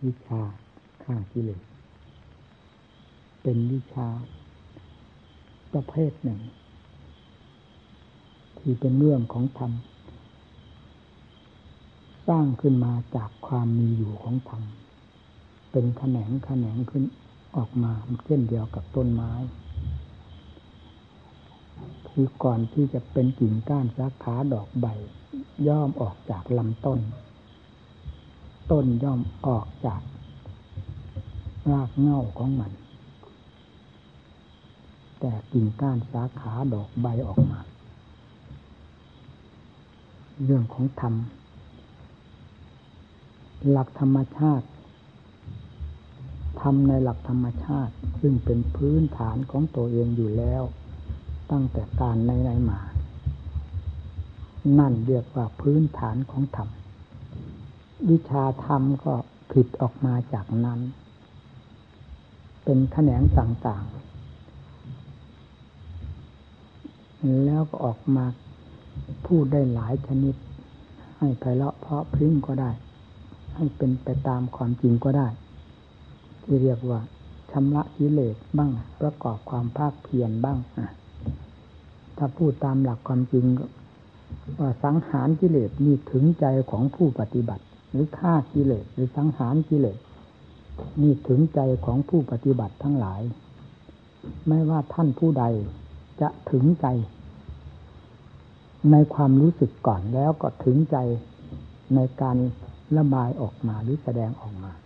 วิชาฆ่ากิเลสเป็นวิชาประเภทหนึ่งที่เป็นเรื่องของธรรมสร้างขึ้นมาจากความมีอยู่ของธรรมเป็นแขนงขึ้นออกมาเช่นเดียวกับต้นไม้คือก่อนที่จะเป็นกิ่งก้านสาขาดอกใบย่อมออกจากลำต้นย่อมออกจากรากเหง้าของมันแต่กิ่งก้านสาขาดอกใบออกมาเรื่องของธรรมหลักธรรมชาติธรรมในหลักธรรมชาติซึ่งเป็นพื้นฐานของตัวเองอยู่แล้วตั้งแต่การไหนๆมานั่นเรียกว่าพื้นฐานของธรรมวิชาธรรมก็ผิดออกมาจากนั้นเป็นแขนงต่างๆแล้วก็ออกมาพูดได้หลายชนิดให้ไพเราะเพราะพริ้งก็ได้ให้เป็นไปตามความจริงก็ได้ที่เรียกว่าชำระกิเลสบ้างประกอบความภาคเพียรบ้างถ้าพูดตามหลักความจริงว่าสังหารกิเลสนี่ถึงใจของผู้ปฏิบัติหรือฆ่ากิเลสหรือสังหารกิเลสนี่ถึงใจของผู้ปฏิบัติทั้งหลายไม่ว่าท่านผู้ใดจะถึงใจในความรู้สึกก่อนแล้วก็ถึงใจในการระบายออกมาหรือแสดงออกมา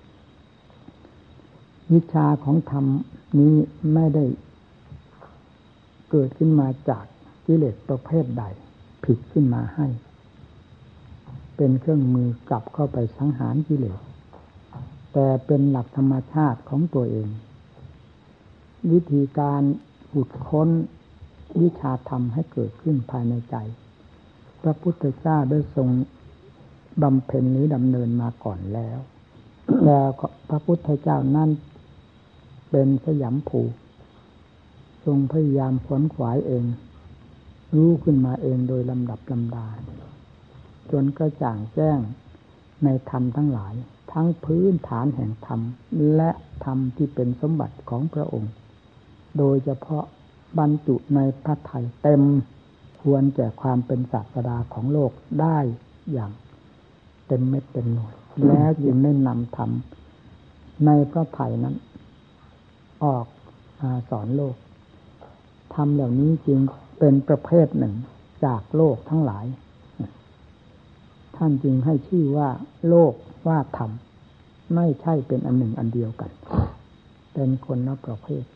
วิชาของธรรมนี้ไม่ได้เกิดขึ้นมาจากกิเลสประเภทใดผิดขึ้นมาให้เป็นเครื่องมือกลับเข้าไปสังหารกิเลสแต่เป็นหลักธรรมชาติของตัวเองวิธีการขุดค้นวิชาธรรมให้เกิดขึ้นภายในใจพระพุทธเจ้าได้ทรงบำเพ็ญหรือดำเนินมาก่อนแล้วแล้วพระพุทธเจ้านั่นเป็นสยามภูทรงพยายามขวนขวายเองรู้ขึ้นมาเองโดยลำดับลำดาจนกระจ่างแจ้งในธรรมทั้งหลายทั้งพื้นฐานแห่งธรรมและธรรมที่เป็นสมบัติของพระองค์โดยเฉพาะบรรจุในพระทัยเต็มควรแก่ความเป็นศาสดาของโลกได้อย่างเต็มเม็ดเต็มหน่วยแล้วจึงได้นำธรรมในพระทัยนั้นออกสอนโลกธรรมเหล่านี้จึงเป็นประเภทหนึ่งจากโลกทั้งหลายท่านจึงให้ชื่อว่าโลกว่าธรรมไม่ใช่เป็นอันหนึ่งอันเดียวกันเป็นคนละประเภท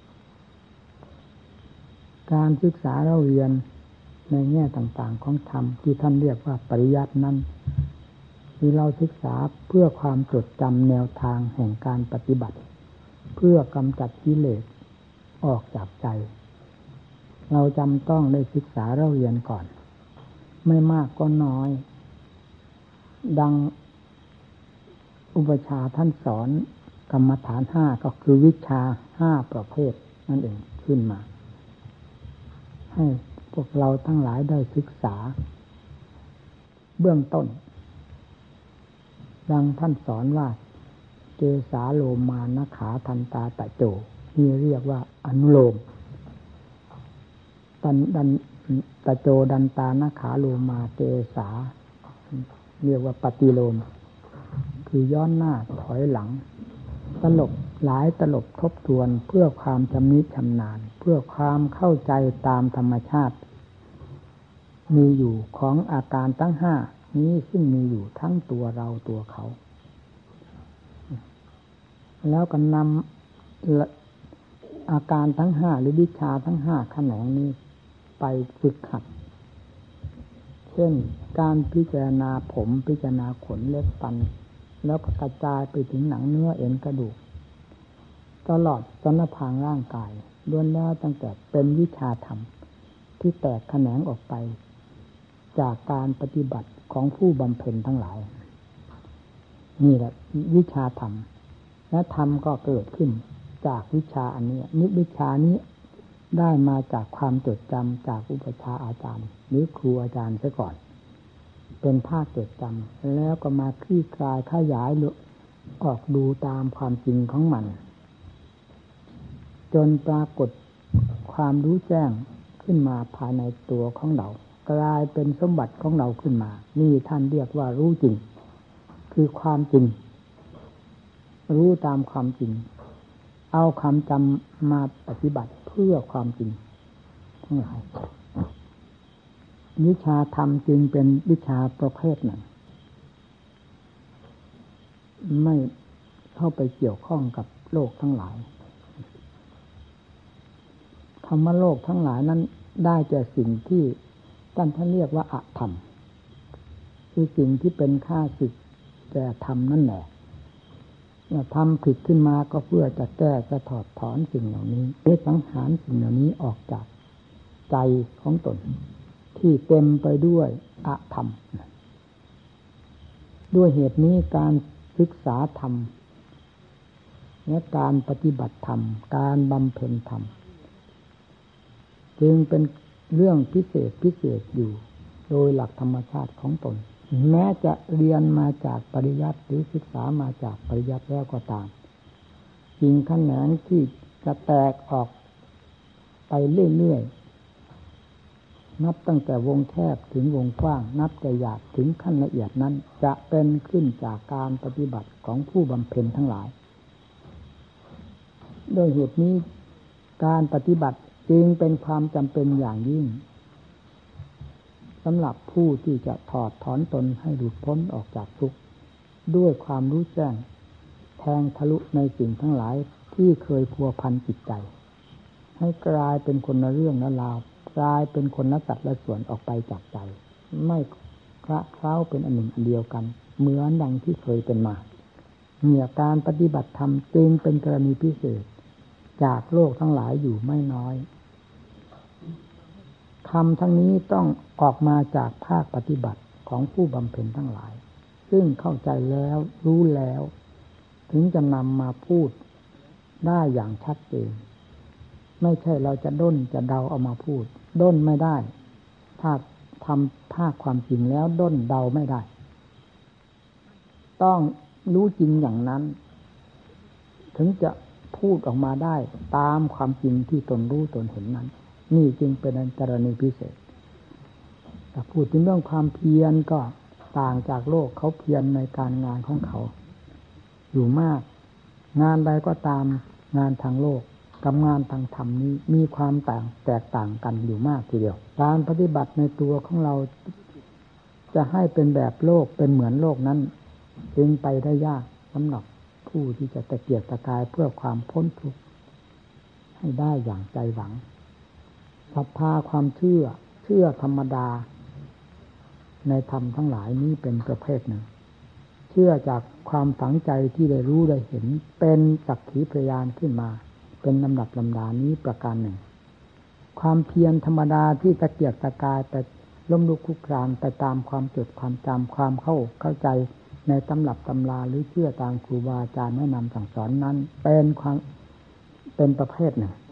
การศึกษาเราเรียนในแง่ต่างๆของธรรมที่ท่านเรียกว่าปริยัตินั้นที่เราศึกษาเพื่อความจดจำแนวทางแห่งการปฏิบัติเพื่อกำจัดกิเลสออกจากใจเราจำต้องได้ศึกษาเราเรียนก่อนไม่มากก็น้อยดังอุปชฌาย์ท่านสอนกรรมฐาน5ก็คือวิชา5ประเภทนั่นเองขึ้นมาให้พวกเราทั้งหลายได้ศึกษาเบื้องต้นดังท่านสอนว่าเกสาโลมานะขาทันตาตะโจนี่เรียกว่าอนุโลมดันตะโจดันตานะขาโลมาเกสาเรียกว่าปฏิโลมคือย้อนหน้าถอยหลังตลบหลายตลบทบทวนเพื่อความชำนิชำนาญเพื่อความเข้าใจตามธรรมชาติมีอยู่ของอาการทั้ง5นี้ซึ่งมีอยู่ทั้งตัวเราตัวเขาแล้วก็นำอาการทั้ง5หรือวิชาทั้ง5แขนงนี้ไปฝึกหัดเช่นการพิจารณาผมพิจารณาขนเล็บฟันแล้วก็กระจายไปถึงหนังเนื้อเอ็นกระดูกตลอดสรรพางร่างกายล้วนแล้วตั้งแต่เป็นวิชาธรรมที่แตกแขนงออกไปจากการปฏิบัติของผู้บำเพ็ญทั้งหลายนี่แหละวิชาธรรมและธรรมก็เกิดขึ้นจากวิชาอันนี้วิชานี้ได้มาจากความจดจำจากอุปชฌาย์อาจารย์หรือครูอาจารย์ซะก่อนเป็นภาคจดจำแล้วก็มาคลี่คลายขยายออกดูตามความจริงของมันจนปรากฏความรู้แจ้งขึ้นมาภายในตัวของเรากลายเป็นสมบัติของเราขึ้นมานี่ท่านเรียกว่ารู้จริงคือความจริงรู้ตามความจริงเอาความจำมาปฏิบัติเพื่อความจริงทั้งหลายวิชาธรรมจึงเป็นวิชาประเภทหนึ่งไม่เข้าไปเกี่ยวข้องกับโลกทั้งหลายคำว่าโลกทั้งหลายนั้นได้แก่สิ่งที่ท่านเรียกว่าอธรรมคือสิ่งที่เป็นข้าศึกแก่ธรรมนั่นแหละทำผิดขึ้นมาก็เพื่อจะแก้จะถอดถอนสิ่งเหล่านี้เพื่อสังหารสิ่งเหล่านี้ออกจากใจของตนที่เต็มไปด้วยอธรรมด้วยเหตุนี้การศึกษาธรรมและการปฏิบัติธรรมการบำเพ็ญธรรมจึงเป็นเรื่องพิเศษอยู่โดยหลักธรรมชาติของตนแม้จะเรียนมาจากปริยัติหรือศึกษามาจากปริยัติแล้วก็ตามสิ่งแขนงที่จะแตกออกไปเรื่อยๆนับตั้งแต่วงแคบถึงวงกว้างนับแต่หยาบถึงขั้นละเอียดนั้นจะเป็นขึ้นจากการปฏิบัติของผู้บำเพ็ญทั้งหลายโดยเหตุนี้การปฏิบัติจึงเป็นความจำเป็นอย่างยิ่งสำหรับผู้ที่จะถอดถอนตนให้หลุดพ้นออกจากทุกข์ด้วยความรู้แจ้งแทงทะลุในสิ่งทั้งหลายที่เคยพัวพันจิตใจให้กลายเป็นคนละเรื่องละราวกลายเป็นคนละสัตว์ละส่วนออกไปจากใจไม่คละเคล้าเป็นอันหนึ่งอันเดียวกันเหมือนดังที่เคยเป็นมาเนี่ยการปฏิบัติธรรมจึงเป็นกรณีพิเศษจากโลกทั้งหลายอยู่ไม่น้อยธรรมทั้งนี้ต้องออกมาจากภาคปฏิบัติของผู้บำเพ็ญทั้งหลายซึ่งเข้าใจแล้วรู้แล้วถึงจะนำมาพูดได้อย่างชัดเจนไม่ใช่เราจะด้นจะเดาเอามาพูดด้นไม่ได้ถ้าทำภาคความจริงแล้วด้นเดาไม่ได้ต้องรู้จริงอย่างนั้นถึงจะพูดออกมาได้ตามความจริงที่ตนรู้ตนเห็นนั้นนี่จึงเป็นกรณีพิเศษแต่พูดถึงเรื่องความเพียรก็ต่างจากโลกเขาเพียรในการงานของเขาอยู่มากงานใดก็ตามงานทางโลกกับงานทางธรรมนี้มีความแตกต่างกันอยู่มากทีเดียวการปฏิบัติในตัวของเราจะให้เป็นแบบโลกเป็นเหมือนโลกนั้นจึงไปได้ยากสำหรับผู้ที่จะตะเกียกตะกายเพื่อความพ้นทุกข์ให้ได้อย่างใจหวังศรัทธาความเชื่อธรรมดาในธรรมทั้งหลายนี้เป็นประเภทหนึ่งเชื่อจากความฝังใจที่ได้รู้ได้เห็นเป็นสักขีพยานขึ้นมาเป็นลำดับลำดานี้ประการหนึ่งความเพียรธรรมดาที่ตะเกียกตะกายแต่ล้มลุกคลุกคลานไปตามความจดความจำความเข้าใจในตำรับตำราหรือเชื่อตามครูบาอาจารย์แนะนำสั่งสอนนั้นเป็นประเภทหนึ่ง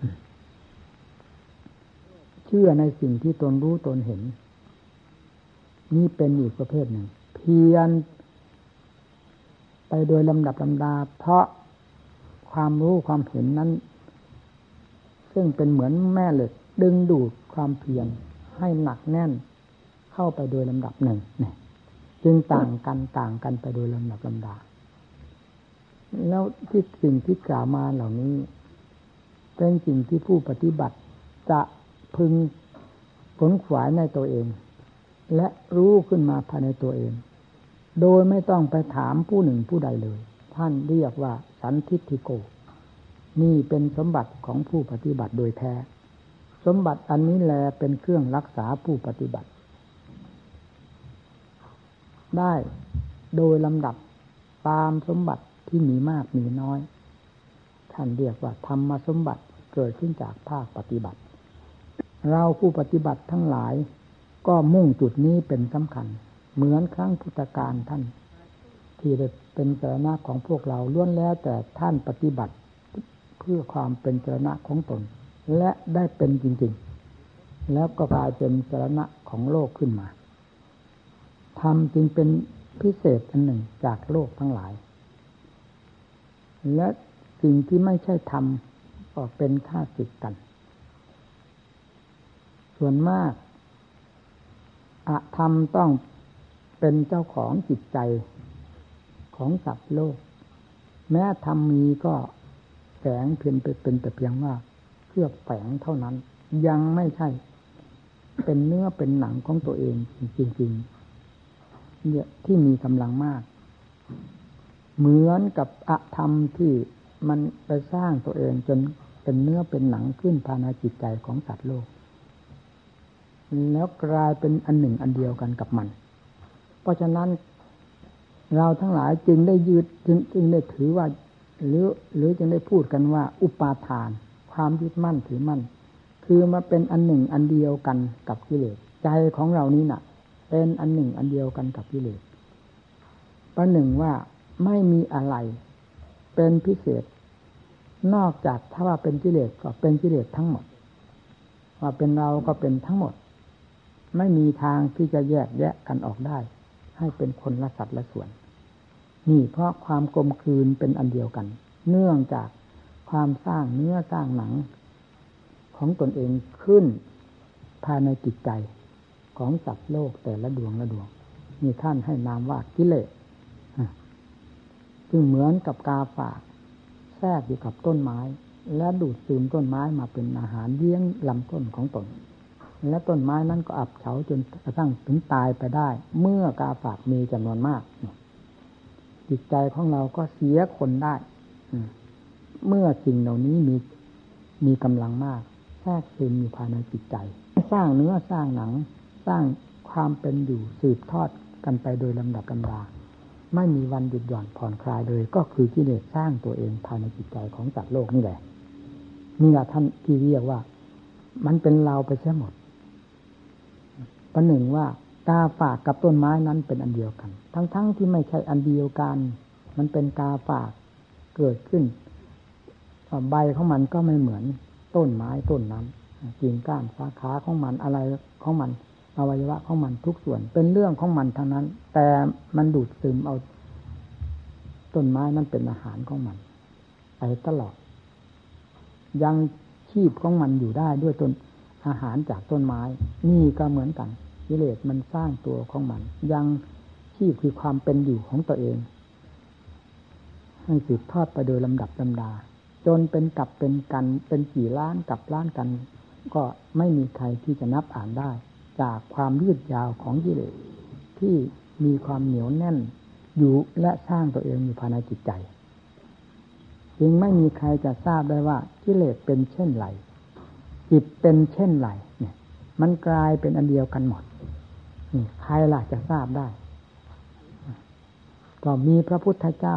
เชื่อในสิ่งที่ตนรู้ตนเห็นนี่เป็นอีกประเภทหนึ่งเพียรไปโดยลำดับลำดาเพราะความรู้ความเห็นนั้นซึ่งเป็นเหมือนแม่เหล็กดึงดูดความเพียรให้หนักแน่นเข้าไปโดยลำดับหนึ่งจึงต่างกันไปโดยลำดับลำดาแล้วที่สิ่งที่กล่าวมาเหล่านี้เป็นสิ่งที่ผู้ปฏิบัติจะพึงขนขวายในตัวเองและรู้ขึ้นมาภายในตัวเองโดยไม่ต้องไปถามผู้หนึ่งผู้ใดเลยท่านเรียกว่าสันทิฏฐิโกนี่เป็นสมบัติของผู้ปฏิบัติโดยแท้สมบัติอันนี้แลเป็นเครื่องรักษาผู้ปฏิบัติได้โดยลำดับตามสมบัติที่มีมากมีน้อยท่านเรียกว่าธรรมสมบัติเกิดขึ้นจากภาคปฏิบัติเราผู้ปฏิบัติทั้งหลายก็มุ่งจุดนี้เป็นสำคัญเหมือนครั้งพุทธกาลท่านที่ได้เป็นสรณะของพวกเราล้วนแล้วแต่ท่านปฏิบัติเพื่อความเป็นสรณะของตนและได้เป็นจริงๆแล้วก็กลายเป็นสรณะของโลกขึ้นมาธรรมจึงเป็นพิเศษอันหนึ่งจากโลกทั้งหลายและสิ่งที่ไม่ใช่ธรรมก็เป็นข้าศึกกันส่วนมากอธรรมต้องเป็นเจ้าของจิตใจของสัตว์โลกแม้ธรรมมีก็แฝงเพียงเป็นแต่เพียงว่าเคลือบแฝงเท่านั้นยังไม่ใช่เป็นเนื้อเป็นหนังของตัวเองจริงๆเนี่ยที่มีกำลังมากเหมือนกับอธรรมที่มันไปสร้างตัวเองจนเป็นเนื้อเป็นหนังขึ้นภายในจิตใจของสัตว์โลกแล้วกลายเป็นอันหนึ่งอันเดียวกันกับมันเพราะฉะนั้นเราทั้งหลายจึงได้จึงได้ถือว่าหรือจึงได้พูดกันว่าอุปาทานความยึดมั่นถือมั่นคือมาเป็นอันหนึ่งอันเดียวกันกับกิเลสใจของเรานี้น่ะเป็นอันหนึ่งอันเดียวกันกับกิเลสประหนึ่งว่าไม่มีอะไรเป็นพิเศษนอกจากถ้าว่าเป็นกิเลสก็เป็นกิเลสทั้งหมดว่าเป็นเราก็เป็นทั้งหมดไม่มีทางที่จะแยกแยะกันออกได้ให้เป็นคนละสัตว์ละส่วนนี่เพราะความกลมกลืนเป็นอันเดียวกันเนื่องจากความสร้างเนื้อสร้างหนังของตนเองขึ้นภายในจิตใจของสัตว์โลกแต่ละดวงละดวงนี่ท่านให้นามว่ากิเลสซึ่งเหมือนกับกาฝากแทรกอยู่กับต้นไม้และดูดซึมต้นไม้มาเป็นอาหารเลี้ยงลำต้นของตนและต้นไม้นั้นก็อับเฉาจนกระทั่งถึงตายไปได้เมื่อกาฝากมีจำนวนมากจิตใจของเราก็เสียคนได้เมื่อสิ่งเหล่านี้มีกำลังมากแทรกซึมอยู่ภายในจิตใจสร้างเนื้อสร้างหนังสร้างความเป็นอยู่สืบทอดกันไปโดยลำดับลำดาไม่มีวันหยุดหย่อนผ่อนคลายเลยก็คือกิเลสสร้างตัวเองภายในจิตใจของสัตว์โลกนี่แหละนี่แหละท่านที่เรียกว่ามันเป็นเราไปเสียหมดประหนึ่งว่ากาฝากกับต้นไม้นั้นเป็นอันเดียวกันทั้งที่ไม่ใช่อันเดียวกันมันเป็นกาฝากเกิดขึ้นใบของมันก็ไม่เหมือนต้นไม้ต้นนั้นกิ่งก้านสาขาของมันอะไรของมันอวัยวะของมันทุกส่วนเป็นเรื่องของมันทั้งนั้นแต่มันดูดซึมเอาต้นไม้นั้นเป็นอาหารของมันไปตลอดยังชีพของมันอยู่ได้ด้วยต้นอาหารจากต้นไม้นี่ก็เหมือนกันกิเลสมันสร้างตัวของมันยังชีพคือความเป็นอยู่ของตัวเองให้สืบทอดไปโดยลำดับลำดาจนเป็นกับเป็นกันเป็นกี่ล้านกับล้านกันก็ไม่มีใครที่จะนับอ่านได้จากความยืดยาวของกิเลสที่มีความเหนียวแน่นอยู่และสร้างตัวเองอยู่ภายในจิตใจจึงไม่มีใครจะทราบได้ว่ากิเลสเป็นเช่นไรจิตเป็นเช่นไรเนี่ยมันกลายเป็นอันเดียวกันหมดใครล่ะจะทราบได้ก็มีพระพุทธเจ้า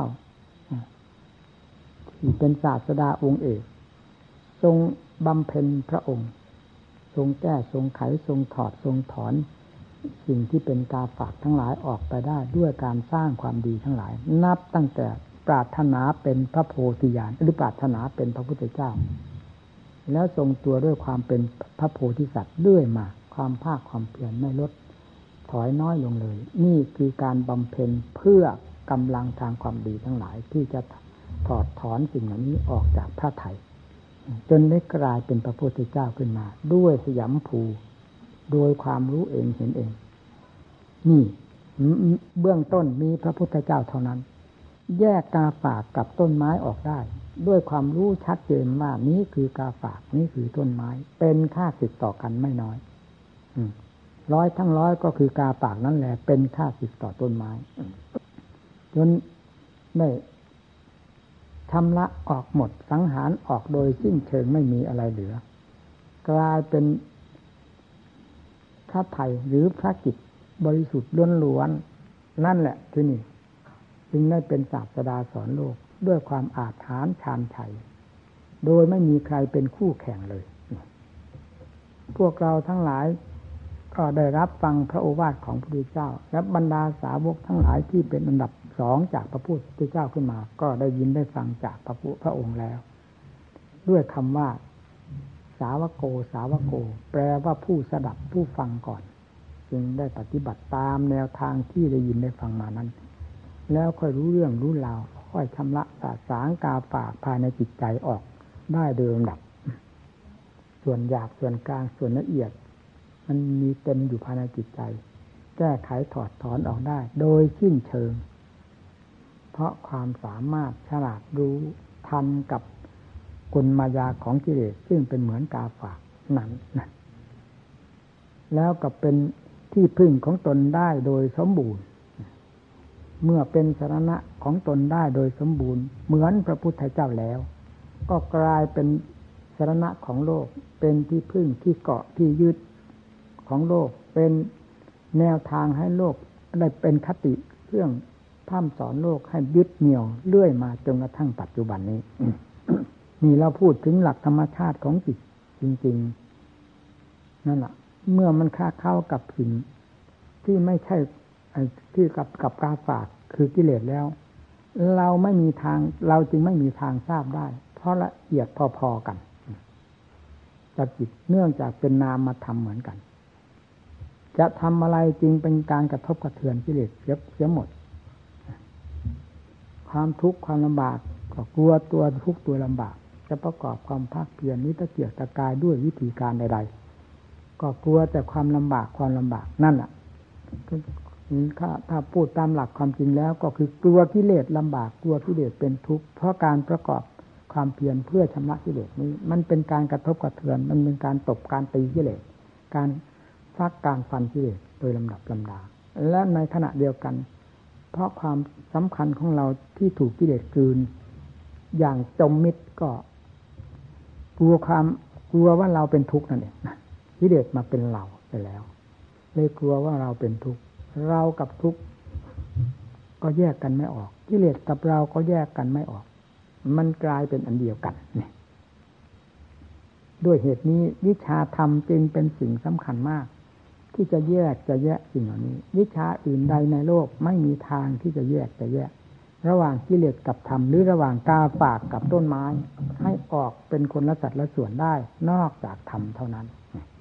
ที่เป็นศาสดาองค์เอกทรงบำเพ็ญพระองค์ทรงแก้ทรงไขทรงถอดทรงถอนสิ่งที่เป็นกาฝากทั้งหลายออกไปได้ด้วยการสร้างความดีทั้งหลายนับตั้งแต่ปรารถนาเป็นพระโพธิญาณหรือปรารถนาเป็นพระพุทธเจ้าแล้วทรงตัวด้วยความเป็นพระโพธิสัตว์เรื่อยมาความภาคความเพียรไม่ลดถอยน้อยลงเลยนี่คือการบำเพ็ญเพื่อกำลังทางความดีทั้งหลายที่จะถอดถอนสิ่งเหล่านี้ออกจากพระทัยจนได้กลายเป็นพระพุทธเจ้าขึ้นมาด้วยสยามภูโดยความรู้เองเห็นเองนี่เบื้องต้นมีพระพุทธเจ้าเท่านั้นแยกกาฝากกับต้นไม้ออกได้ด้วยความรู้ชัดเจนว่านี้คือกาฝากนี้คือต้นไม้เป็นค่าศึกต่อกันไม่น้อยร้อยทั้งร้อยก็คือกาฝากนั่นแหละเป็นค่าศึกต่อต้นไม้จนได้ชำระออกหมดสังหารออกโดยสิ้นเชิงไม่มีอะไรเหลือกลายเป็นพระไถ่หรือพระกิจบริสุทธิ์ล้วนๆนั่นแหละที่นี่จึงได้เป็นศาสดาสอนโลกด้วยความอาจหาญชาญชัยโดยไม่มีใครเป็นคู่แข่งเลยพวกเราทั้งหลายก็ได้รับฟังพระโอวาทของพระพุทธเจ้าและบรรดาสาวกทั้งหลายที่เป็นอันดับสองจากพระพุทธเจ้าขึ้นมาก็ได้ยินได้ฟังจากพระองค์แล้วด้วยคำว่าสาวโกสาวโกแปลว่าผู้สดับผู้ฟังก่อนจึงได้ปฏิบัติตามแนวทางที่ได้ยินได้ฟังมานั้นแล้วค่อยรู้เรื่องรู้ราวค่อยๆชำระสาสางกาฝากภายในจิตใจออกได้โดยลำดับส่วนหยาบส่วนกลางส่วนละเอียดมันมีเต็มอยู่ภายในจิตใจแก้ไขถอดถอนออกได้โดยสิ้นเชิงเพราะความสามารถฉลาดรู้ทันกับกลมายาของกิเลสซึ่งเป็นเหมือนกาฝากนั้นนะแล้วก็เป็นที่พึ่งของตนได้โดยสมบูรณ์เมื่อเป็นสรณะของตนได้โดยสมบูรณ์เหมือนพระพุทธเจ้าแล้วก็กลายเป็นสรณะของโลกเป็นที่พึ่งที่เกาะที่ยึดของโลกเป็นแนวทางให้โลกได้เป็นคติเครื่องพร่ำสอนโลกให้ยึดเหนี่ยวเรื่อยมาจนกระทั่งปัจจุบันนี้ นี่เราพูดถึงหลักธรรมชาติของจิตจริงๆนั่นแหละเมื่อมันค้าเข้ากับสิ่งที่ไม่ใช่ที่กับกาฝากคือกิเลสแล้วเราไม่มีทางเราจึงไม่มีทางทราบได้เพราะละเอียดพอๆกันกับจิตเนื่องจากเป็นนามธรรมเหมือนกันจะทำอะไรจริงเป็นการกระทบกระเทือนกิเลสเสียหมดความทุกข์ความลำบากก็กลัวตัวทุกข์ตัวลำบากจะประกอบความภาคเพียรนี้ตะเกียกตะกายด้วยวิธีการใดๆก็กลัวแต่ความลำบากนั่นแหละถ้าพูดตามหลักความจริงแล้วก็คือกลัวกิเลสลำบากกลัวกิเลสเป็นทุกข์เพราะการประกอบความเพียรเพื่อชำระกิเลสนี้มันเป็นการกระทบกระเทือนมันเป็นการตบการตีกิเลสการฟักการฟันกิเลสโดยลำดับลำดาและในขณะเดียวกันเพราะความสำคัญของเราที่ถูกกิเลสกลืนอย่างจมมิดก็กลัวว่าเราเป็นทุกข์นั่นเองกิเลสมาเป็นเราไปแล้วเลยกลัวว่าเราเป็นทุกข์เรากับทุกข์ก็แยกกันไม่ออกกิเลสกับเราก็แยกกันไม่ออกมันกลายเป็นอันเดียวกันนี่ด้วยเหตุนี้วิชาธรรมจึงเป็นสิ่งสำคัญมากที่จะแยกสิ่งเหล่านี้วิชาอื่นใดในโลกไม่มีทางที่จะแยกระหว่างกิเลสกับธรรมหรือระหว่างกาฝากกับต้นไม้ให้ออกเป็นคนละสัดละส่วนได้นอกจากธรรมเท่านั้น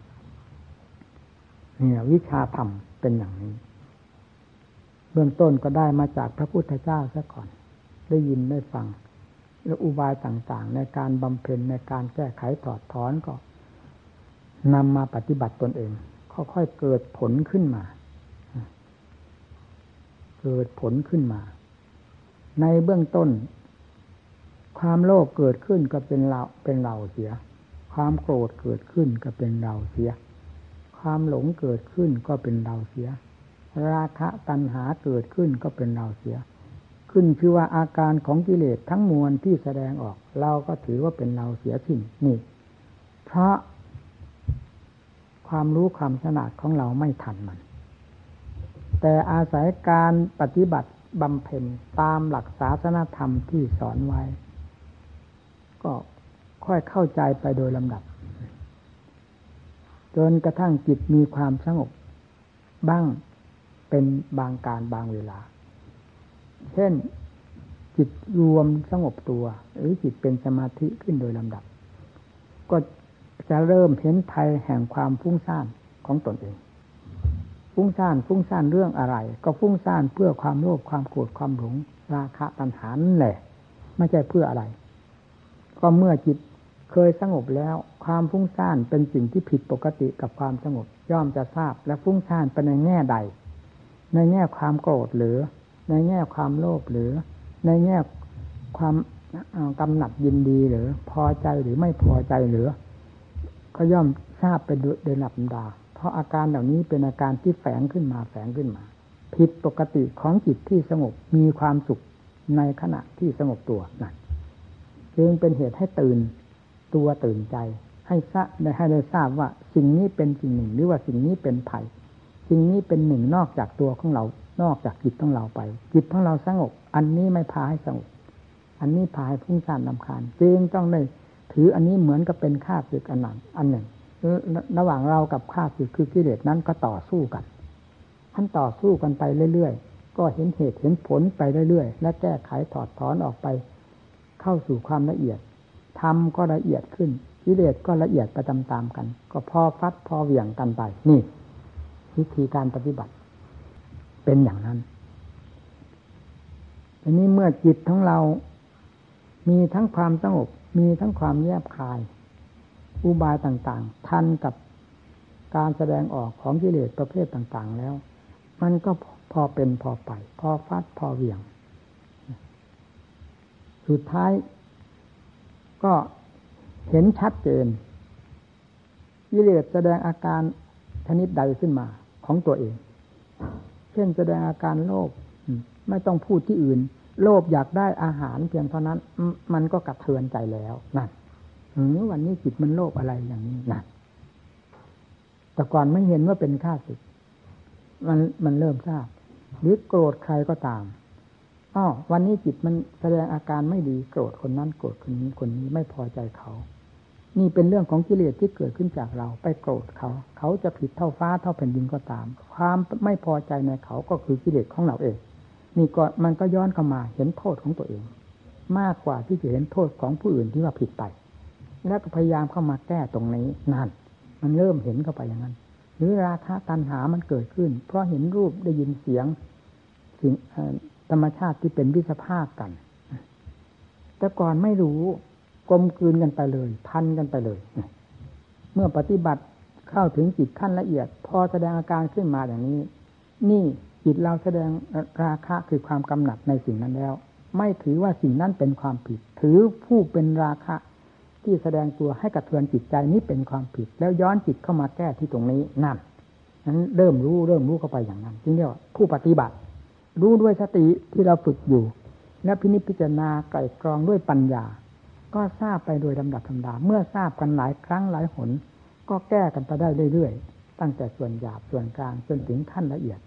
เนี่ยวิชาธรรมเป็นอย่างนี้เบื้องต้นก็ได้มาจากพระพุทธเจ้าซะก่อนได้ยินได้ฟังและอุบายต่างๆในการบำเพ็ญในการแก้ไขถอดถอนก็นำมาปฏิบัติตนเองค่อยๆเกิดผลขึ้นมาในเบื้องต้นความโลภเกิดขึ้นก็เป็นเราเสียความโกรธเกิดขึ้นก็เป็นเราเสียความหลงเกิดขึ้นก็เป็นเราเสียราคะตัณหาเกิดขึ้นก็เป็นเราเสียขึ้นชื่อว่าอาการของกิเลสทั้งมวลที่แสดงออกเราก็ถือว่าเป็นเราเสียสิ้นนี่เพราะความรู้ความฉลาดของเราไม่ทันมันแต่อาศัยการปฏิบัติบำเพ็ญตามหลักศาสนธรรมที่สอนไว้ก็ค่อยเข้าใจไปโดยลำดับจนกระทั่งจิตมีความสงบบ้างเป็นบางการบางเวลาเช่นจิตรวมสงบตัวหรือจิตเป็นสมาธิขึ้นโดยลำดับก็จะเริ่มเห็นภัยแห่งความฟุ้งซ่านของตนเองฟุ้งซ่านเรื่องอะไรก็ฟุ้งซ่านเพื่อความโลภความโกรธความหลงราคะตัณหานั่นแหละไม่ใช่เพื่ออะไรก็เมื่อจิตเคยสงบแล้วความฟุ้งซ่านเป็นสิ่งที่ผิดปกติกับความสงบย่อมจะทราบและฟุ้งซ่านไปในแง่ใดในแง่ความโกรธหรือในแง่ความโลภหรือในแง่ความกำหนัดยินดีหรือพอใจหรือไม่พอใจหรือก็ย่อมทราบไปโดยลำดับเพราะอาการเหล่านี้เป็นอาการที่แฝงขึ้นมาผิดปกติของจิตที่สงบมีความสุขในขณะที่สงบตัวนั่นจึงเป็นเหตุให้ตื่นตัวตื่นใจให้ได้ทราบว่าสิ่งนี้เป็นสิ่งหนึ่งหรือว่าสิ่งนี้เป็นภัยสิ่งนี้เป็นหนึ่งนอกจากตัวของเรานอกจากจิตของเราไปจิตของเราสงบอันนี้ไม่พาให้สงบอันนี้พาให้ฟุ้งซ่านรำคาญจึงต้องได้ถืออันนี้เหมือนกับเป็นข้าศึกอันหนึ่งระหว่างเรากับข้าศึกคือกิเลสนั้นก็ต่อสู้กันต่อสู้กันไปเรื่อยๆก็เห็นเหตุเห็นผลไปเรื่อยๆและแก้ไขถอดถอนออกไปเข้าสู่ความละเอียดธรรมก็ละเอียดขึ้นกิเลสก็ละเอียดไปตามๆกันก็พอฟัดพอเหวี่ยงกันไปนี่วิธีการปฏิบัติเป็นอย่างนั้นทีนี้เมื่อจิตของเรามีทั้งความสงบมีทั้งความแยบคายอุบายต่างๆทันกับการแสดงออกของกิเลสประเภทต่างๆแล้วมันก็พอเป็นพอไปพอฟัดพอเหวี่ยงสุดท้ายก็เห็นชัดเจนกิเลสแสดงอาการชนิดใดขึ้นมาของตัวเองเช่นแสดงอาการโลภไม่ต้องพูดที่อื่นโลภอยากได้อาหารเพียงเท่านั้นมันก็กระเทือนใจแล้วนั่นวันนี้จิตมันโลภอะไรอย่างนี้นั่นแต่ก่อนไม่เห็นว่าเป็นข้าศึกมันเริ่มทราบหรือโกรธใครก็ตามวันนี้จิตมันแสดงอาการไม่ดีโกรธคนนั้นโกรธคนนี้ไม่พอใจเขานี่เป็นเรื่องของกิเลสที่เกิดขึ้นจากเราไปโกรธเขาจะผิดเท่าฟ้าเท่าแผ่นดินก็ตามความไม่พอใจในเขาก็คือกิเลสของเราเองนี่ก็มันก็ย้อนเข้ามาเห็นโทษของตัวเองมากกว่าที่จะเห็นโทษของผู้อื่นที่ว่าผิดไปแล้วก็พยายามเข้ามาแก้ตรงนี้นั่นมันเริ่มเห็นเข้าไปอย่างนั้นหรือราคะตัณหามันเกิดขึ้นเพราะเห็นรูปได้ยินเสียงสิ่งธรรมชาติที่เป็นวิสภาคกันแต่ก่อนไม่รู้กลมกลืนกันไปเลยพันกันไปเลยเมื่อปฏิบัติเข้าถึงจิตขั้นละเอียดพอแสดงอาการขึ้นมาอย่างนี้นี่จิตเราแสดงราคะคือความกำหนัดในสิ่งนั้นแล้วไม่ถือว่าสิ่งนั้นเป็นความผิดถือผู้เป็นราคะที่แสดงตัวให้กระเทือนจิตใจนี้เป็นความผิดแล้วย้อนจิตเข้ามาแก้ที่ตรงนี้นั่นนั้นเริ่มรู้เข้าไปอย่างนั้นจึงเรียกว่าผู้ปฏิบัติรู้ด้วยสติที่เราฝึกอยู่และพินิจพิจารณาไตร่ตรองด้วยปัญญาก็ทราบไปโดยลำดับธรรมดาเมื่อทราบกันหลายครั้งหลายหนก็แก้กันไปได้เรื่อยๆตั้งแต่ส่วนหยาบส่วนกลางจนถึงขั้นละเอียด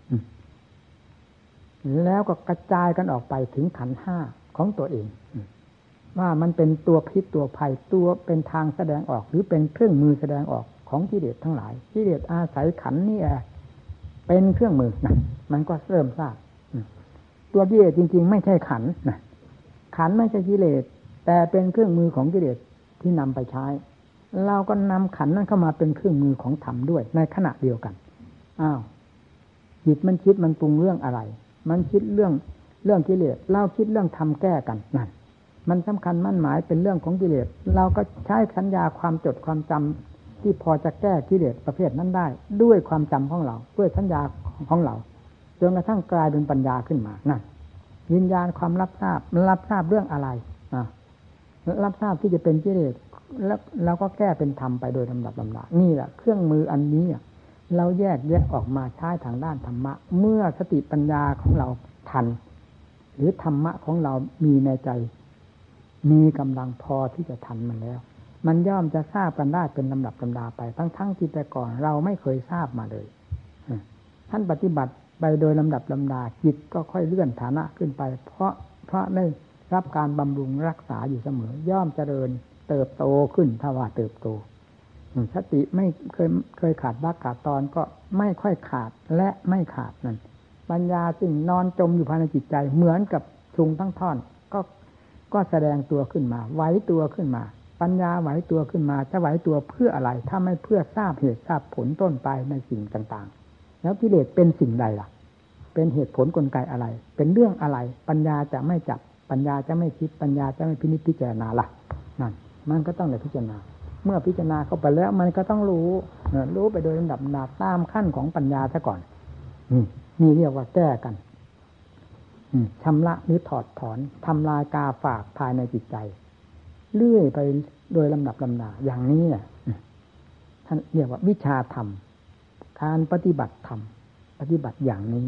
แล้วก็กระจายกันออกไปถึงขันธ์ห้าของตัวเองว่ามันเป็นตัวพิษตัวภัยตัวเป็นทางแสดงออกหรือเป็นเครื่องมือแสดงออกของกิเลสทั้งหลายกิเลสอาศัยขันธ์นี่เป็นเครื่องมือนะมันก็เริ่มทราบตัวกิเลสจริงๆไม่ใช่ขันธ์นะขันธ์ไม่ใช่กิเลสแต่เป็นเครื่องมือของกิเลสที่นำไปใช้เราก็นำขันธ์นั้นเข้ามาเป็นเครื่องมือของธรรมด้วยในขณะเดียวกันจิตมันคิดมันปรุงเรื่องอะไรมันคิดเรื่องกิเลสเราคิดเรื่องธรรมแก้กันนั่นมันสำคัญมั่นหมายเป็นเรื่องของกิเลสเราก็ใช้สัญญาความจดความจำที่พอจะแก้กิเลสประเภทนั้นได้ด้วยความจำของเราด้วยสัญญาของเราจนกระทั่งกลายเป็นปัญญาขึ้นมานั่นวิญญาณความรับทราบเรื่องอะไรรับทราบที่จะเป็นกิเลสแล้วเราก็แก้เป็นธรรมไปโดยลำดับลำดับนี่แหละเครื่องมืออันนี้เราแยกแยะออกมาใช้ทางด้านธรรมะเมื่อสติปัญญาของเราทันหรือธรรมะของเรามีในใจมีกำลังพอที่จะทันมันแล้วมันย่อมจะทราบกันได้เป็นลำดับลำดาไปทั้งที่แต่ก่อนเราไม่เคยทราบมาเลยท่านปฏิบัติไปโดยลำดับลำดาจิตก็ค่อยเลื่อนฐานะขึ้นไปเพราะได้รับการบำรุงรักษาอยู่เสมอย่อมเจริญเติบโตขึ้นถ้าว่าเติบโตสติไม่เคยขาดบ้าขาดตอนก็ไม่ค่อยขาดและไม่ขาดนั่นปัญญาจึงนอนจมอยู่ภายในจิตใจเหมือนกับทุงทั้งท่อนก็แสดงตัวขึ้นมาไหวตัวขึ้นมาปัญญาไหวตัวขึ้นมาจะไหวตัวเพื่ออะไรถ้าไม่เพื่อทราบเหตุทราบผลต้นปลายในสิ่งต่างๆแล้วกิเลสเป็นสิ่งใดล่ะเป็นเหตุผลกลไกอะไรเป็นเรื่องอะไรปัญญาจะไม่จับปัญญาจะไม่คิดปัญญาจะไม่พินิจพิจารณาล่ะนั่นมันก็ต้องได้พิจารณาเมื่อพิจารณาเข้าไปแล้วมันก็ต้องรู้ไปโดยลำดับตามขั้นของปัญญาซะก่อนนี่เรียกว่าแก้กันชำระหรือถอดถอนทำลายกาฝากภายในจิตใจเลื่อยไปโดยลำดับลำดาอย่างนี้เนี่ยท่านเรียกว่าวิชาธรรมการปฏิบัติธรรมปฏิบัติอย่างนี้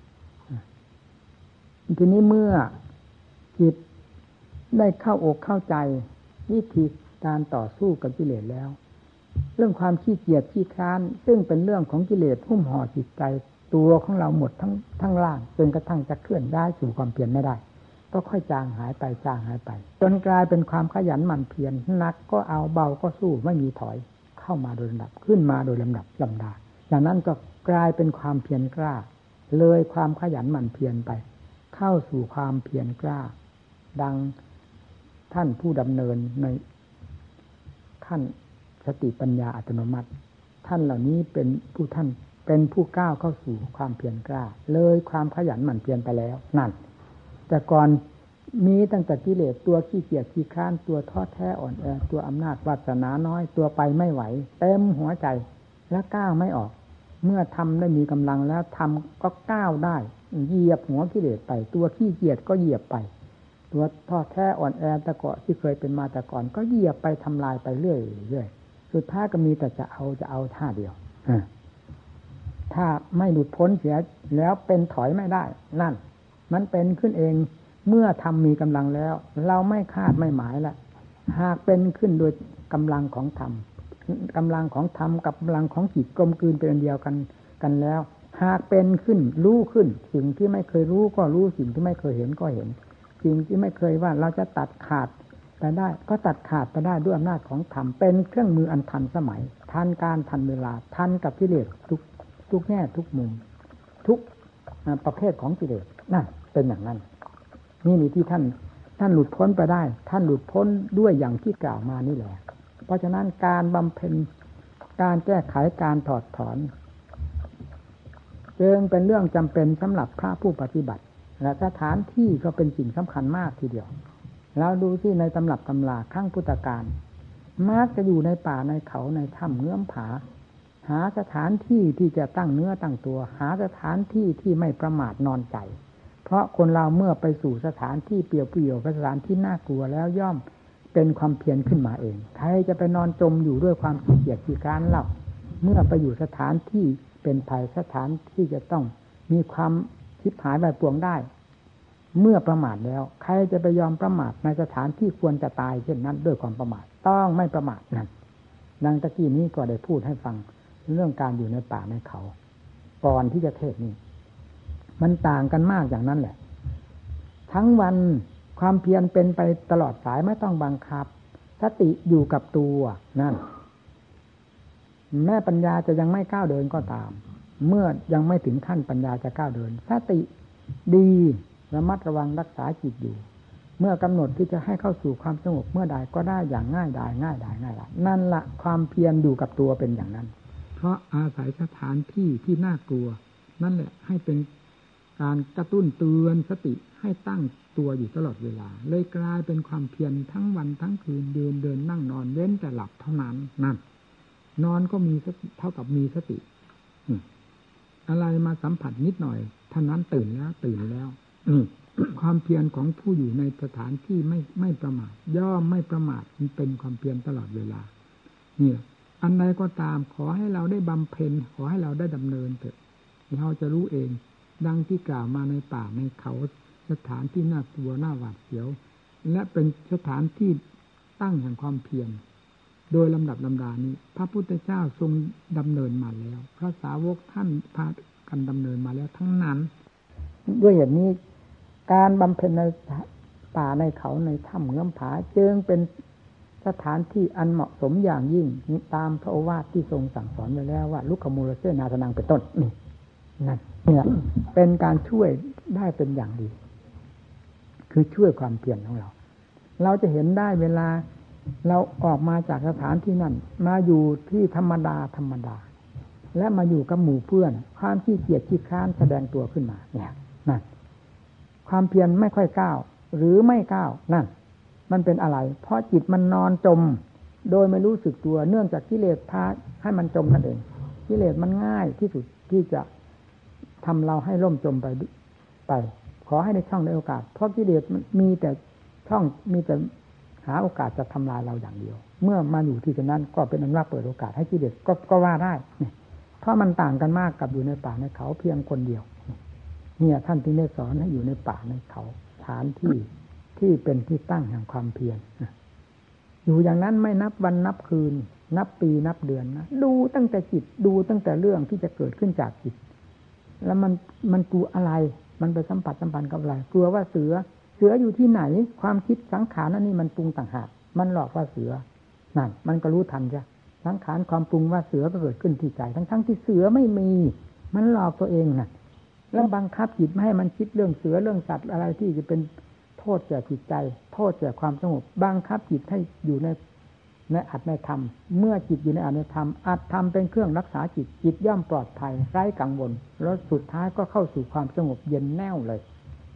ทีนี้เมื่อจิตได้เข้าอกเข้าใจวิธีการต่อสู้กับกิเลสแล้วเรื่องความขี้เกียจขี้คร้านซึ่งเป็นเรื่องของกิเลสหุ้มห่อจิตใจตัวของเราหมดทั้งล่างจนกระทั่งจะเคลื่อนได้สู่ความเพียรไม่ได้ก็ค่อยจางหายไปจนกลายเป็นความขยันหมั่นเพียรหนักก็เอาเบาก็สู้ไม่มีถอยเข้ามาโดยลำดับขึ้นมาโดยลำดับลำดาจากนั้นก็กลายเป็นความเพียรกล้าเลยความขยันหมั่นเพียรไปเข้าสู่ความเพียรกล้าดังท่านผู้ดำเนินในขั้นสติปัญญาอัตโนมัติท่านเหล่านี้เป็นผู้ก้าวเข้าสู่ความเพียรกล้าเลยความขยันหมั่นเพียรไปแล้วนั่นแต่ก่อนมีตั้งแต่กิเลสตัวขี้เกียจขี้คร้านตัวท้อแท้อ่อนแอตัวอำนาจวาสนาน้อยตัวไปไม่ไหวเต็มหัวใจและก้าวไม่ออกเมื่อทำได้มีกำลังแล้วทำก็ก้าวได้เหยียบหัวกิเลสไปตัวขี้เกียจก็เหยียบไปตัวท้อแท้อ่อนแอตะเกาะที่เคยเป็นมาแต่ก่อนก็เหยียบไปทำลายไปเรื่อยๆสุดท้ายก็มีแต่จะเอาท่าเดียวถ้าไม่หลุดพ้นเสียแล้วเป็นถอยไม่ได้นั่นมันเป็นขึ้นเองเมื่อทำมีกำลังแล้วเราไม่คาดไม่หมายละหากเป็นขึ้นโดยกำลังของธรรมกำลังของธรรมกับกำลังของจิตกลมกลืนเป็นอันเดียวกันแล้วหากเป็นขึ้นรู้ขึ้นสิ่งที่ไม่เคยรู้ก็รู้สิ่งที่ไม่เคยเห็นก็เห็นสิ่งที่ไม่เคยว่าเราจะตัดขาดไปได้ก็ตัดขาดไปได้ด้วยอำนาจของธรรมเป็นเครื่องมืออันทันสมัยทันการทันเวลาทันกับกิเลสทุกแง่ทุกมุมทุกประเภทของกิเลสนั่นเป็นอย่างนั้นนี่ที่ท่านหลุดพ้นไปได้ท่านหลุดพ้นด้วยอย่างที่กล่าวมานี่แหละเพราะฉะนั้นการบำเพ็ญการแก้ไขการถอดถอนจึงเป็นเรื่องจำเป็นสำหรับพระผู้ปฏิบัติและสถานที่ก็เป็นสิ่งสำคัญมากทีเดียวเราดูที่ในตำรับตำราข้างพุทธการมักจะอยู่ในป่าในเขาในถ้ำเงื้อมผาหาสถานที่ที่จะตั้งเนื้อตั้งตัวหาสถานที่ที่ไม่ประมาทนอนใจเพราะคนเราเมื่อไปสู่สถานที่เปลี่ยวๆสถานที่น่ากลัวแล้วย่อมเป็นความเพียรขึ้นมาเองใครจะไปนอนจมอยู่ด้วยความขี้เกียจขี้คร้านเล่าเมื่อไปอยู่สถานที่เป็นภัยสถานที่จะต้องมีความชิบหายแบบปวงได้เมื่อประมาทแล้วใครจะไปยอมประมาทในสถานที่ควรจะตายเช่นนั้นด้วยความประมาทต้องไม่ประมาทนั่นดังตะกี้นี้ก็ได้พูดให้ฟังเรื่องการอยู่ในป่าในเขาก่อนที่จะเทศนี้มันต่างกันมากอย่างนั้นแหละทั้งวันความเพียรเป็นไปตลอดสายไม่ต้องบังคับสติอยู่กับตัวนั่นแม้ปัญญาจะยังไม่ก้าวเดินก็ตามเมื่อยังไม่ถึงขั้นปัญญาจะก้าวเดินสติดีระมัดระวังรักษาจิตอยู่เมื่อกำหนดที่จะให้เข้าสู่ความสงบเมื่อใดก็ได้อย่างง่ายดายนั่นละความเพียรอยู่กับตัวเป็นอย่างนั้นเพราะอาศัยสถานที่ที่น่ากลัวนั่นแหละให้เป็นการกระตุ้นเตือนสติให้ตั้งตัวอยู่ตลอดเวลาเลยกลายเป็นความเพียรทั้งวันทั้งคืนเดินนั่งนอนเว้นแต่หลับเท่านั้นนั่นนอนก็มีสติเท่ากับมีสติอะไรมาสัมผัสนิดหน่อยเท่านั้นตื่นแล้วความเพียรของผู้อยู่ในสถานที่ไม่ประมาทย่อมไม่ประมาทมันเป็นความเพียรตลอดเวลาเนี่ยอันใดก็ตามขอให้เราได้บำเพ็ญขอให้เราได้ดำเนินเถิดเราจะรู้เองดังที่กล่าวมาในป่าในเขาสถานที่น่ากลัวน่าหวาดเสียวและเป็นสถานที่ตั้งแห่งความเพียรโดยลำดับลำดานี้พระพุทธเจ้าทรงดำเนินมาแล้วพระสาวกท่านพากันดำเนินมาแล้วทั้งนั้นด้วยเหตุนี้การบำเพ็ญในป่าในเขาในถ้ำเงื้อมผาจึงเป็นสถานที่อันเหมาะสมอย่างยิ่งตามพระโอวาทที่ทรงสั่งสอนไว้แล้วว่าลุกขมูลเสนาสนังเป็นต้นนี่นั่นเนี่ยเป็นการช่วยได้เป็นอย่างดีคือช่วยความเพียรของเราจะเห็นได้เวลาเราออกมาจากสถานที่นั่นมาอยู่ที่ธรรมดาและมาอยู่กับหมู่เพื่อนความขี้เกียจขี้คร้านแสดงตัวขึ้นมาเนี่ยนั่นความเพียรไม่ค่อยก้าวหรือไม่ก้าวนั่นมันเป็นอะไรเพราะจิตมันนอนจมโดยไม่รู้สึกตัวเนื่องจากกิเลสพาให้มันจมนั่นเองกิเลสมันง่ายที่สุดที่จะทำเราให้ล่มจมไปขอให้ในช่องในโอกาสเพราะกิเลสมันมีแต่ช่องมีแต่หาโอกาสจะทำลายเราอย่างเดียวเมื่อมาอยู่ที่นั้นก็เป็นอันว่าเปิดโอกาสให้กิเลสก็ว่าได้เพราะมันต่างกันมากกับอยู่ในป่าในเขาเพียงคนเดียวเนี่ยท่านที่ได้สอนให้อยู่ในป่าในเขาฐานที่เป็นที่ตั้งแห่งความเพียรอยู่อย่างนั้นไม่นับวันนับคืนนับปีนับเดือนนะดูตั้งแต่จิตดูตั้งแต่เรื่องที่จะเกิดขึ้นจากจิตแล้วมันกลัวอะไรมันไปสัมผัสสัมพันธ์กับอะไรกลัวว่าเสืออยู่ที่ไหนความคิดสังขารนั่นนี่มันปรุงต่างหากมันหลอกว่าเสือนั่นมันก็รู้ทันจ้ะสังขารความปรุงว่าเสือก็เกิดขึ้นที่ใจทั้งที่เสือไม่มีมันหลอกตัวเองน่ะแล้วบังคับจิตไม่ให้มันคิดเรื่องเสือเรื่องสัตว์อะไรที่จะเป็นโทษแก่จิตใจโทษแก่ความสงบบังคับจิตให้อยู่ในอัตในธรรมเมื่อจิตอยู่ในอัตในธรรมอัตธรรมเป็นเครื่องรักษาจิตย่อมปลอดภัยไร้กังวลแล้วสุดท้ายก็เข้าสู่ความสงบเย็นแน่วเลย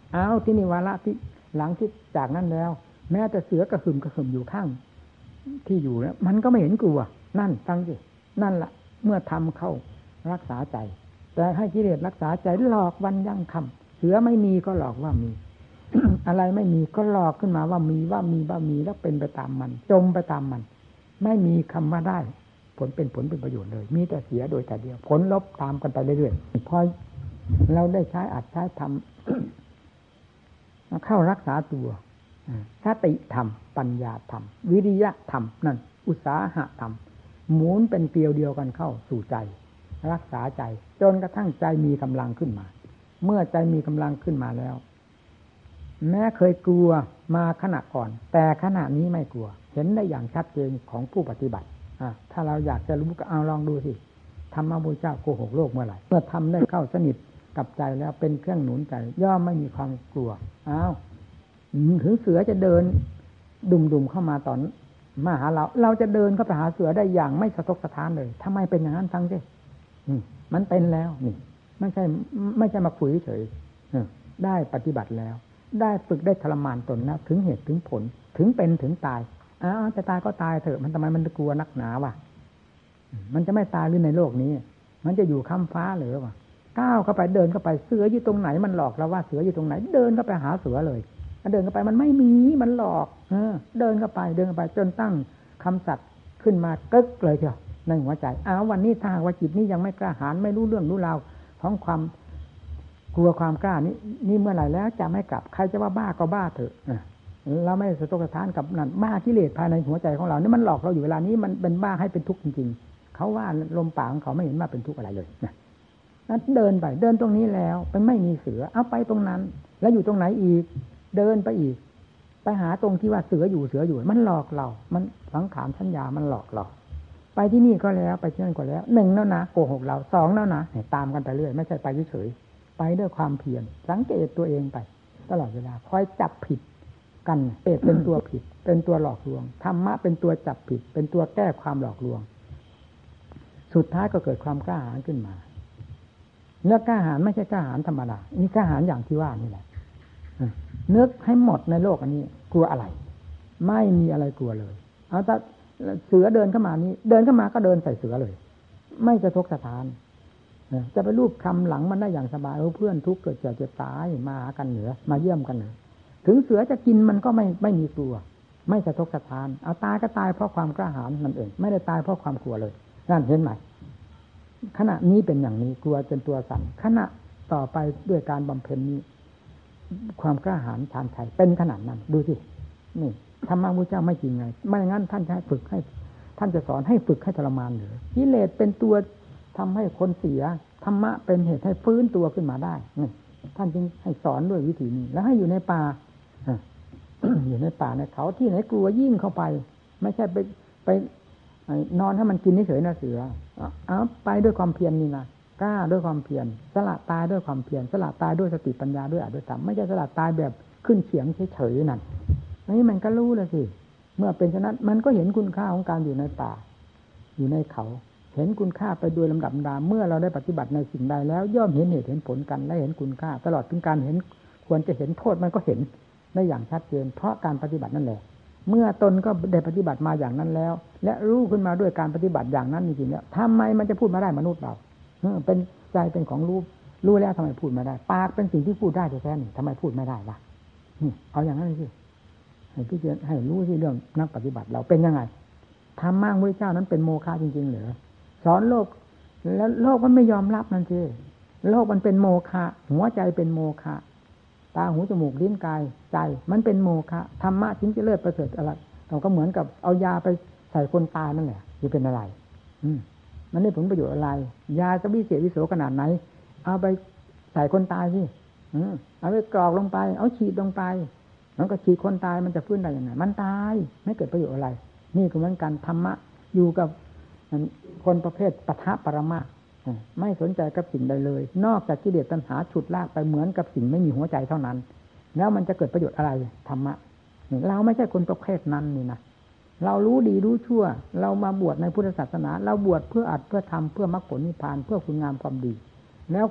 เอาที่นิวาระที่หลังที่จากนั้นแล้วแม้แต่เสือกระหึ่มอยู่ข้างที่อยู่แล้วมันก็ไม่เห็นกลัวนั่นฟังสินั่นล่ะเมื่อทำเข้ารักษาใจแต่ให้กิเลสรักษาใจหลอกวันยั่งค่ำเสือไม่มีก็หลอกว่ามี อะไรไม่มีก็หลอกขึ้นมาว่ามีแล้วเป็นไปตามมันจมไปตามมันไม่มีคำว่าได้ผลเป็นประโยชน์เลยมีแต่เสียโดยแต่เดียวผลลบตามกันไปเรื่อยๆพอเราได้ใช้อัดใช้ทำ เข้ารักษาตัวสติธรรมปัญญาธรรมวิริยะธรรมนั่นอุตสาหะธรรมหมุนเป็นเกลียวเดียวกันเข้าสู่ใจรักษาใจจนกระทั่งใจมีกำลังขึ้นมาเมื่อใจมีกำลังขึ้นมาแล้วแม้เคยกลัวมาขณะก่อนแต่ขณะนี้ไม่กลัวเห็นได้อย่างชัดเจนของผู้ปฏิบัติถ้าเราอยากจะรู้ก็เอาลองดูสิธรรมะพุทธเจ้าโกหกโลกเมื่อไหร่เมื่อทำได้เข้าสนิทกับใจแล้วเป็นเครื่องหนุนใจย่อมไม่มีความกลัวถึงเสือจะเดินดุ่มเข้ามาตอนมาหาเราจะเดินเข้าไปหาเสือได้อย่างไม่สะทกสะท้านเลยทำไมเป็นอย่างนั้นฟังสิมันเป็นแล้วนี่ไม่ใช่มาคุยเฉยได้ปฏิบัติแล้วได้ฝึกได้ทรมานตนแล้วถึงเหตุถึงผลถึงเป็นถึงตายจะตายก็ตายเถอะมันทำไมมันจะกลัวนักหนาวะมันจะไม่ตายหรือในโลกนี้มันจะอยู่ข้ามฟ้าหรือวะก้าวเข้าไปเดินเข้าไปเสืออยู่ตรงไหนมันหลอกเราว่าเสืออยู่ตรงไหนเดินเข้าไปหาเสือเลยเดินเข้าไปมันไม่มีมันหลอกเดินเข้าไปจนตั้งคำสัตย์ขึ้นมากึกเลยเชียวในหัวใจวันนี้ถ้าว่าจิตนี้ยังไม่กล้าหาญไม่รู้เรื่องรู้ราวของความกลัวความกล้านี่เมื่อไหร่แล้วจะไม่กลับใครจะว่าบ้าก็บ้าเถอะเราไม่สะทกสะท้านกับนั่นบ้ากิเลสภายในหัวใจของเรานี่มันหลอกเราอยู่เวลานี้มันเป็นบ้าให้เป็นทุกข์จริงๆเขาว่าลมปากของเขาไม่เห็นว่าเป็นทุกข์อะไรเลยนั้นเดินไปเดินตรงนี้แล้วเป็นไม่มีเสือเอาไปตรงนั้นแล้วอยู่ตรงไหนอีกเดินไปอีกไปหาตรงที่ว่าเสืออยู่มันหลอกเรามันสังขารสัญญามันหลอกเราไปที่นี่ก็แล้วไปที่นั่นก็แล้วหนึ่งแล้วนะโกหกเราสองแล้วนะตามกันไปเรื่อยไม่ใช่ไปเฉยๆไปด้วยความเพียรสังเกตตัวเองไปตลอดเวลาคอยจับผิดกันเป็นตัวผิดเป็นตัวหลอกลวงธรรมะเป็นตัวจับผิดเป็นตัวแก้ความหลอกลวงสุดท้ายก็เกิดความกล้าหาญขึ้นมาเนื้อกล้าหาญไม่ใช่กล้าหาญธรรมดานี่กล้าหาญอย่างที่ว่านี่แหละนึกให้หมดในโลกอันนี้กลัวอะไรไม่มีอะไรกลัวเลยเอาแต่เสือเดินเข้ามานี้เดินเข้ามาก็เดินใส่เสือเลยไม่สะทกสะท้านจะไปรูปคำหลังมันได้อย่างสบายเพื่อนทุกข์เกิดเจ็บตายมาหากันเหนือมาเยี่ยมกันเหนือถึงเสือจะกินมันก็ไม่มีกลัวไม่สะทกสะท้านเอาตายก็ตายเพราะความกล้าหาญนั่นเองไม่ได้ตายเพราะความกลัวเลยนั่นเห็นไหมขณะนี้เป็นอย่างนี้กลัวจนตัวสั่นขณะต่อไปด้วยการบำเพ็ญนี้ความกล้าหาญชาญชัยเป็นขนาดนั้นดูสินี่ธรรมะพุทธเจ้าไม่จริงไงไม่งั้นท่านจะฝึกให้ท่านจะสอนให้ฝึกให้ทรมานหรือกิเลสเป็นตัวทำให้คนเสียธรรมะเป็นเหตุให้ฟื้นตัวขึ้นมาได้นี่ท่านจึงให้สอนด้วยวิธีนี้แล้วให้อยู่ในป่า อยู่ในป่าในเขาที่ไหนกลัวยิ่งเข้าไปไม่ใช่ไปนอนให้มันกินเฉยๆนะเสือเอาไปด้วยความเพียรนี่นะกล้าด้วยความเพียรสละตายด้วยความเพียรสละตายด้วยสติปัญญาด้วยอดด้วยธรรมไม่ใช่สละตายแบบขึ้นเขียงเฉยๆนั่นนี่มันก็รู้เลยสิเมื่อเป็นฉะนั้นมันก็เห็นคุณค่าของการอยู่ในป่าอยู่ในเขาเห็นคุณค่าไปโดยลำดับดาเมื่อเราได้ปฏิบัติในสิ่งใดแล้วย่อมเห็นเหตุเห็นผลกันและเห็นคุณค่าตลอดถึงการเห็นควรจะเห็นโทษมันก็เห็นได้อย่างชัดเจนเพราะการปฏิบัตินั่นแหละเมื่อตนก็ได้ปฏิบัติมาอย่างนั้นแล้วและรู้ขึ้นมาด้วยการปฏิบัติอย่างนั้นจริงๆแล้วทำไมมันจะพูดมาได้มนุษย์เราเป็นใจเป็นของรู้แล้วทำไมพูดไม่ได้ปากเป็นสิ่งที่พูดได้แท้ๆนี่ทำไมพูดไม่ได้ล่ะเอาอย่างนั้นเลยสิให้พี่เจให้รู้ที่เรื่องนักปฏิบัติเราเป็นยังไงธรรมะพระพุทธเจ้านั้นเป็นโมฆะจริงๆเหรอสอนโลกแล้วโลกมันไม่ยอมรับนั่นสิโลกมันเป็นโมฆะหัวใจเป็นโมฆะตาหูจมูกลิ้นกายใจมันเป็นโมฆะธรรมะจึงจะเลิศประเสริฐอะไรเราก็เหมือนกับเอายาไปใส่คนตายนั่นแหละจะเป็นอะไรมันได้ผลประโยชน์อะไรยาจะวิเศษวิโสขนาดไหนเอาไปใส่คนตายสิเอาไปกรอกลงไปเอาฉีดลงไปมันก็ฉีดคนตายมันจะฟื้นได้ยังไงมันตายไม่เกิดประโยชน์อะไรนี่ก็เหมือนกันธรรมะอยู่กับคนประเภทปะทะปรมาไม่สนใจกับสิ่งใดเลยนอกจากกิเลสตัณหาฉุดลากไปเหมือนกับสิ่งไม่มีหัวใจเท่านั้นแล้วมันจะเกิดประโยชน์อะไรธรรมะเราไม่ใช่คนประเภทนั้นนี่นะเรารู้ดีรู้ชั่วเรามาบวชในพุทธศาสนาเราบวชเพื่ออัดเพื่อทำเพื่อมรรคผลนิพพานเพื่อคุณงามความดีแล้ว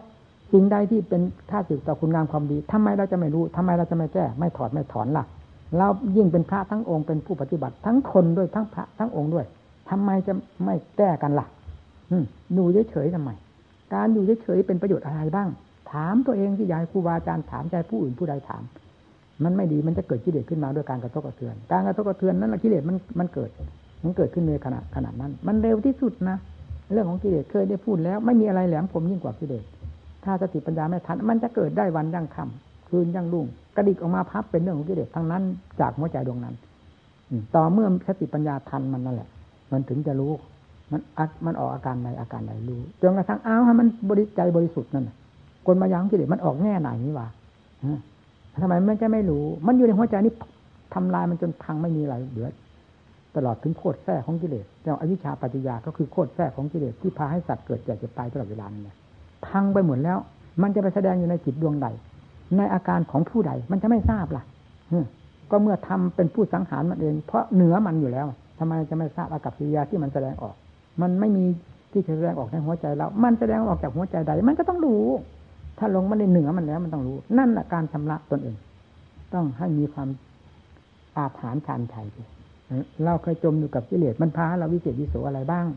สิ่งใดที่เป็นค่าศึกต่อคุณงามความดีทำไมเราจะไม่รู้ทำไมเราจะไม่แก้ไม่ถอดไม่ถอนล่ะเรายิ่งเป็นพระทั้งองค์เป็นผู้ปฏิบัติทั้งคนด้วยทั้งพระทั้งองค์ด้วยทำไมจะไม่แก้กันล่ะอยู่เฉยๆทำไมการอยู่เฉยๆเป็นประโยชน์อะไรบ้างถามตัวเองที่ยายครูบาอาจารย์ถามใจผู้อื่นผู้ใดถามมันไม่ดีมันจะเกิดกิเลสขึ้นมาด้วยการกระทบกระเทือนการกระทบกระเทือนนั้นกิเลสมันเกิดขึ้นในขณะนั้นมันเร็วที่สุดนะเรื่องของกิเลสเคยได้พูดแล้วไม่มีอะไรแหลมคมยิ่งกว่ากิเลสถ้าสติปัญญาไม่ทันมันจะเกิดได้วันยั่งค่ำคืนยั่งรุ่งกระดิกออกมาพับเป็นเรื่องของกิเลสทั้งนั้นจากหัวใจดวงนั้นต่อเมื่อสติปัญญาทันมันนั่นแหละมันถึงจะรู้มันออกอาการใดอาการใดรู้จนกระทั่งให้มันใจบริสุทธิ์นั่นกลมายาของกิเลสมันออกแง่ไหนนี่วะทำไมมันจะไม่รู้มันอยู่ในหัวใจนี่ทำลายมันจนพังไม่มีอะไรเหลือตลอดถึงโคตรแท้ของกิเลสเรียกอวิชชาปัจจยาก็คือโคตรแท้ของกิเลสที่พาให้สัตว์เกิดแก่เจ็บตายตลอดเวลาเนี่ยพังไปหมดแล้วมันจะไปแสดงอยู่ในจิตดวงใดในอาการของผู้ใดมันจะไม่ทราบล่ะก็เมื่อทำเป็นผู้สังหารมันเองเพราะเหนือมันอยู่แล้วทำไมจะไม่ทราบอากัปกิริยาที่มันแสดงออกมันไม่มีที่จะแสดงออกในหัวใจเรามันแสดงออกจากหัวใจใดมันก็ต้องรู้ถ้าลงมันในเหนือมันแล้วมันต้องรู้นั่นแหละการชำระตนเองต้องให้มีความอาถรรพ์ชาญชัยเราเคยจมอยู่กับกิเลสมันพาเราวิเศษวิโสอะไรบ้าง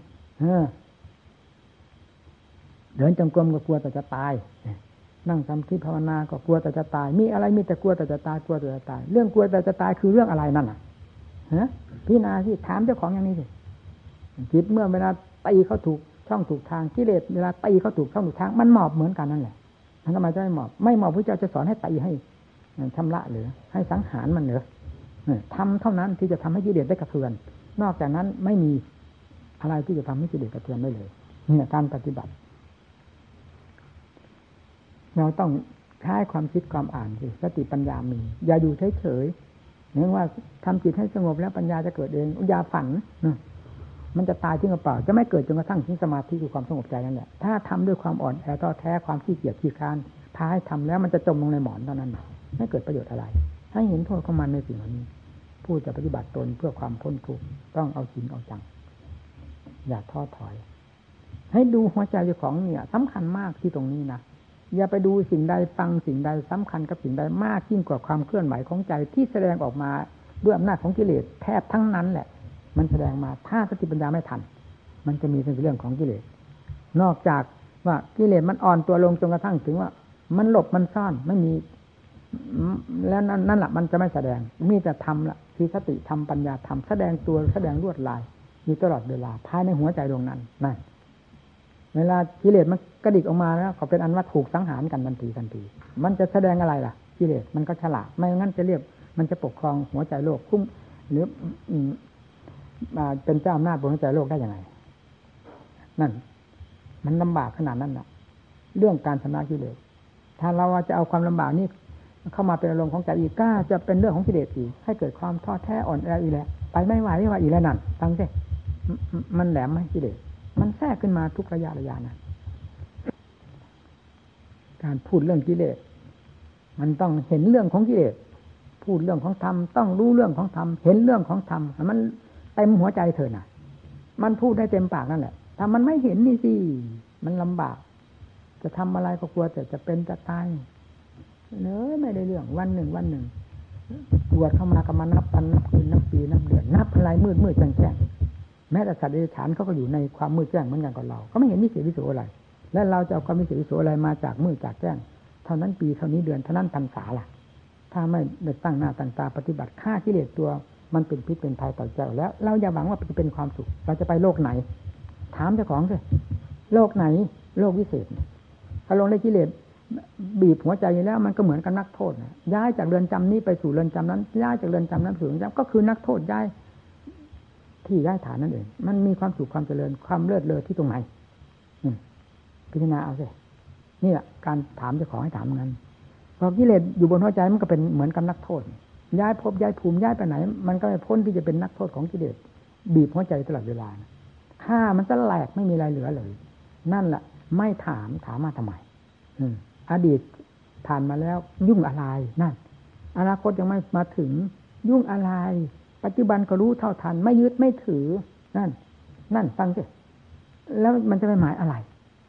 เดินจงกรมก็กลัวแต่จะตายนั่งทำที่ภาวนาก็กลัวแต่จะตายมีอะไรมีแต่กลัวแต่จะตายกลัวแต่จะตายเรื่องกลัวแต่จะตายคือเรื่องอะไรนั่นน่ะพี่นาที่ถามเจ้าของอย่างนี้สิจิตเมื่อเวลาตีเขาถูกช่องถูกทางกิเลสเวลาตีเขาถูกช่องถูกทางมันหมอบเหมือนกันนั่นแหละท่านทำไมจะไม่หมอบพระเจ้าจะสอนให้ตีให้ชำระหรือให้สังหารมันเหรอทำเท่านั้นที่จะทำให้กิเลสได้กระเทือนนอกจากนั้นไม่มีอะไรที่จะทำให้กิเลสกระเทือนได้เลยเนี่ยการปฏิบัติเราต้องใช้ความคิดความอ่านสิสติปัญญามีอย่าอยู่เฉยๆเนื่องว่าทำจิตให้สงบแล้วปัญญาจะเกิดเองอย่าฝันมันจะตายจริงหรือเปล่าจะไม่เกิดจนกระทั่งถึงสมาธิคือความสงบใจนั่นแหละถ้าทำด้วยความอ่อนแอท้อแท้ความขี้เกียจขี้คร้านพาให้ทำแล้วมันจะจมลงในหมอนเท่านั้นไม่เกิดประโยชน์อะไรให้เห็นโทษของมันในสิ่งนี้ผู้จะปฏิบัติตนเพื่อความพ้นทุกข์ต้องเอาจริงเอาจังอย่าท้อถอยให้ดูหัวใจเจ้าของเนี่ยสำคัญมากที่ตรงนี้นะอย่าไปดูสิ่งใดฟังสิ่งใดสำคัญกับสิ่งใดมากยิ่งกว่าความเคลื่อนไหวของใจที่แสดงออกมาด้วยอำนาจของกิเลสแทบทั้งนั้นแหละมันแสดงมาถ้าสติปัญญาไม่ทันมันจะมีเป็นเรื่องของกิเลสนอกจากว่ากิเลสมันอ่อนตัวลงจนกระทั่งถึงว่ามันหลบมันซ่อนไม่มีแล้วนั่นแหละมันจะไม่แสดงมีแต่ธรรมละคือสติธรรมปัญญาธรรมแสดงตัวแสดงลวดลายอยู่ตลอดเวลาภายในหัวใจดวงนั้นนั่นเวลากิเลสมันกระดิกออกมาแล้วก็เป็นอันว่าถูกสังหารกันทันทีมันจะแสดงอะไรล่ะกิเลสมันก็ฉลาดไม่งั้นจะเรียกมันจะปกครองหัวใจโลกคุ้มหรือเป็นเจ้าอำนาจบนหัวใจโลกได้ยังไงนั่นมันลำบากขนาดนั้นน่ะเรื่องการชำระกิเลสถ้าเราจะเอาความลำบากนี้เข้ามาเป็นอารมณ์ของใจอีกก็จะเป็นเรื่องของกิเลสอีกให้เกิดความท้อแท้อ่อนแออีกแล้วไปไม่ไหวอีกแล้วนั่นฟังสิมันแหลมไหมกิเลสมันแทรกขึ้นมาทุกระยะนะการพูดเรื่องกิเลสมันต้องเห็นเรื่องของกิเลสพูดเรื่องของธรรมต้องรู้เรื่องของธรรมเห็นเรื่องของธรรมมันเต็มหัวใจเธอน่ะมันพูดได้เต็มปากนั่นแหละถ้ามันไม่เห็นนี่สิมันลำบากจะทำอะไรก็กลัวแต่จะเป็นจะตายเลยไม่ได้เรื่องวันหนึ่งปวดเข้ามาก็มานับวันนับคืนนับปีนับเดือนนับอะไรมืดแจ้งแม้แต่สัตว์เดรัจฉานเขาก็อยู่ในความมืดแจ้งเหมือนกันกับเราเขาไม่เห็นวิเศษวิโสอะไรและเราจะเอาความวิเศษวิโสอะไรมาจากมืดจากแจ้งเท่านั้นปีเท่านี้เดือนเท่านั้นพรรษาล่ะถ้าไม่ได้ตั้งหน้าตั้งตาปฏิบัติฆ่ากิเลสตัวมันเป็นพิษเป็นภัยต่อใจแล้วเราอย่าหวังว่าจะเป็นความสุขเราจะไปโลกไหนถามเจ้าของสิโลกไหนโลกวิเศษถ้าลงในกิเลสบีบหัวใจอยู่แล้วมันก็เหมือนกับนักโทษย้ายจากเรือนจำนี้ไปสู่เรือนจำนั้นย้ายจากเรือนจำนั้นสู่เรือนจำก็คือนักโทษย้ายที่ย้ายฐานนั่นเองมันมีความสุขความเจริญความเลิศเลอที่ตรงไหนพิจารณาเอาสินี่แหละการถามเจ้าของให้ถามนั้นพอกิเลสอยู่บนหัวใจมันก็เป็นเหมือนกับนักโทษย้ายภพย้ายภูมิย้ายไปไหนมันก็ไม่พ้นที่จะเป็นนักโทษของกิเลสบีบหัวใจตลอดเวลาฆ่ามันจะแหลกไม่มีอะไรเหลือเลยนั่นแหละไม่ถามมาทำไมอดีตผ่านมาแล้วยุ่งอะไรนั่นอนาคตยังไม่มาถึงยุ่งอะไรปัจจุบันก็รู้เท่าทันไม่ยึดไม่ถือนั่นฟังสิแล้วมันจะไปหมายอะไร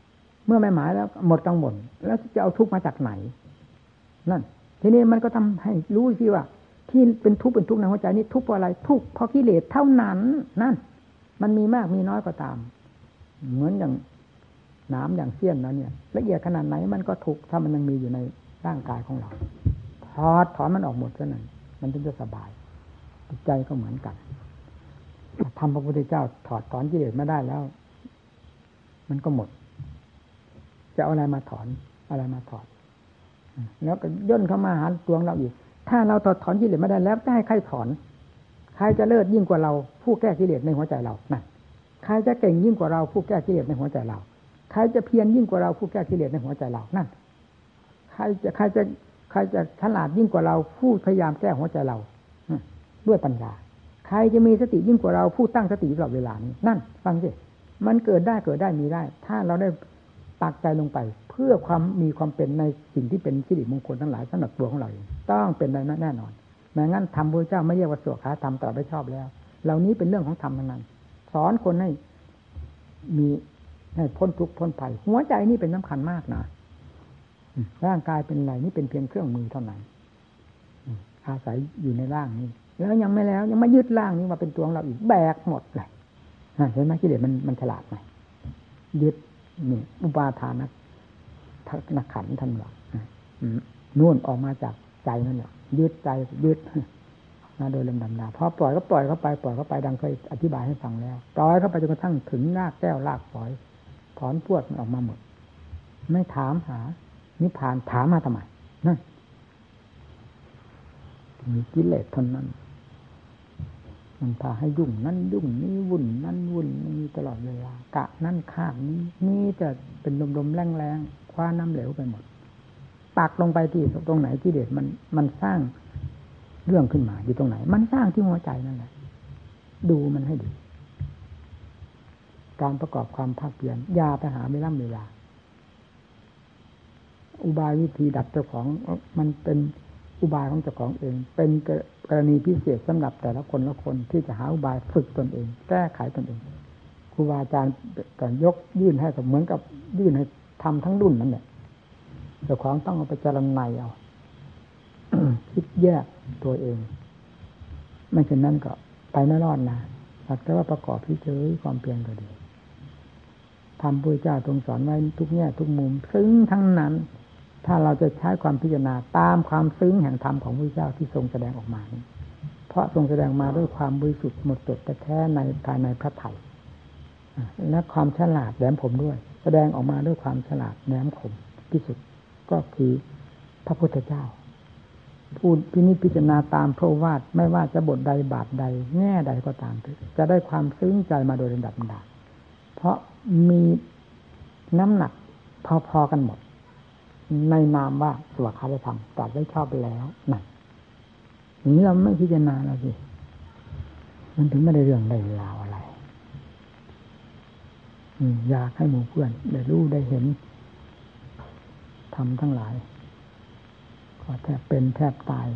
เมื่อไม่หมายแล้วหมดกังวลแล้วจะเอาทุกข์มาจากไหนนั่นทีนี้มันก็ทำให้รู้สิว่าที่เป็นทุกข์ในหัวใจนี้ทุกข์เพราะอะไรทุกข์เพราะกิเลสเท่านั้นนั่นมันมีมากมีน้อยก็ตามเหมือนอย่างน้ำอย่างเสี้ยนแล้วเนี่ยละเอียดขนาดไหนมันก็ทุกข์ถ้ามันยังมีอยู่ในร่างกายของเราถอนมันออกหมดเท่านั้นมันถึงจะสบายจิตใจก็เหมือนกันทำพระพุทธเจ้าถอดถอนกิเลสไม่ได้แล้วมันก็หมดจะเอาอะไรมาถอนอะไรมาถอดแล้วก็ย่นเข้ามาหาตัวเราอีกถ้าเราถอนกิเลสไม่ได้แล้วจะให้ใครถอนใครจะเลิศยิ่งกว่าเราผู้แก้กิเลสในหัวใจเรานั่นใครจะเก่งยิ่งกว่าเราผู้แก้กิเลสในหัวใจเราใครจะเพียรยิ่งกว่าเราผู้แก้กิเลสในหัวใจเรานั่นใครจะฉลาดยิ่งกว่าเราผู้พยายามแก้หัวใจเราด้วยปัญญาใครจะมีสติยิ่งกว่าเราผู้ตั้งสติตลอดเวลานี้นั่นฟังสิมันเกิดได้มีได้ถ้าเราได้ปักใจลงไปเพื่อความมีความเป็นในสิ่งที่เป็นสิริมงคลทั้งหลายสำหรับตัวของเราต้องเป็นได้แน่นอนไม่งั้นธรรมพระเจ้าไม่เรียกว่าสวขาธรรมตรัสไว้ชอบแล้วเหล่านี้เป็นเรื่องของธรรมทั้งนั้นสอนคนให้มีให้พ้นทุกข์พ้นภัยหัวใจนี่เป็นสำคัญมากนะร่างกายเป็นอะไรนี่เป็นเพียงเครื่องมือเท่านั้นอาศัยอยู่ในร่างนี้แล้วยังไม่ยึดร่างนี้มาเป็นตัวของเราอีกแบกหมดเลยเห็นไหมกิเลสมันฉลาดไหมยึดนี่อุปาทานนักขันธ์ท่านว่านู่นออกมาจากใจนั่นแหละยึดใจยึดมาโดยลำดับดาพอปล่อยก็ปล่อยเข้าไปดังเคยอธิบายให้ฟังแล้วปล่อยเข้าไปจนกระทั่งถึงรากแก้วรากฝอยถอนพวดมันออกมาหมดไม่ถามหานิพพานถามมาทำไมนั่นมีกิเลสเท่านั้นมันพาให้ยุ่งนั่นยุ่งนี่วุ่นนั่นวุ่นนี่ตลอดเวลากะนั่นข้ามนี้นี่จะเป็นลมๆแรงๆคว้าน้ำเหลวไปหมดปักลงไปที่ตรงไหนกิเลสมันสร้างเรื่องขึ้นมาอยู่ตรงไหนมันสร้างที่หัวใจนั่นแหละดูมันให้ดีการประกอบความภาคเพียรอย่าไปหาเวลาอุบายวิธีดับเจ้าของมันเป็นอุบายของเจ้าของเองเป็นกรณีพิเศษสำหรับแต่ละคนที่จะหาอุบายฝึกตนเองแก้ไขตนเองครูบาอาจารย์ก็ยกยื่นให้กับเหมือนกับยื่นให้ทำทั้งรุ่นนั่นแหละเจ้าของต้องเอาไปเจริญในเอา คิดแยกตัวเองไม่เช่นนั้นก็ไปไม่รอดนะแต่ว่าประกอบที่เจอความเพียรก็ดีทำพระเจ้าทรงสอนไว้ทุกแง่ทุกมุมซึ้งทั้งนั้นถ้าเราจะใช้ความพิจารณาตามความซึ้งแห่งธรรมของพระเจ้าที่ทรงแสดงออกมานี้เพราะทรงแสดงมาด้วยความบริสุทธิ์หมดจดแท้ในภายในพระทัยและความฉลาดแหลมคมด้วยแสดงออกมาด้วยความฉลาดแหลมคมที่สุดก็คือพระพุทธเจ้าพูดพินิจพิจารณาตามพระวาทไม่ว่าจะบทใดบาทใดแง่ใดก็ตามจะได้ความซึ้งใจมาโดยลำดับเพราะมีน้ำหนักพอๆกันหมดในนามว่าสวขาธรรมตรัสไว้ชอบไปแล้วนั่นนี้เราไม่พิจารณาแล้วสิมันถึงไม่ได้เรื่องได้ราวอะไรอยากให้หมู่เพื่อนได้รู้ได้เห็นธรรมทั้งหลายก็แทบเป็นแทบตาย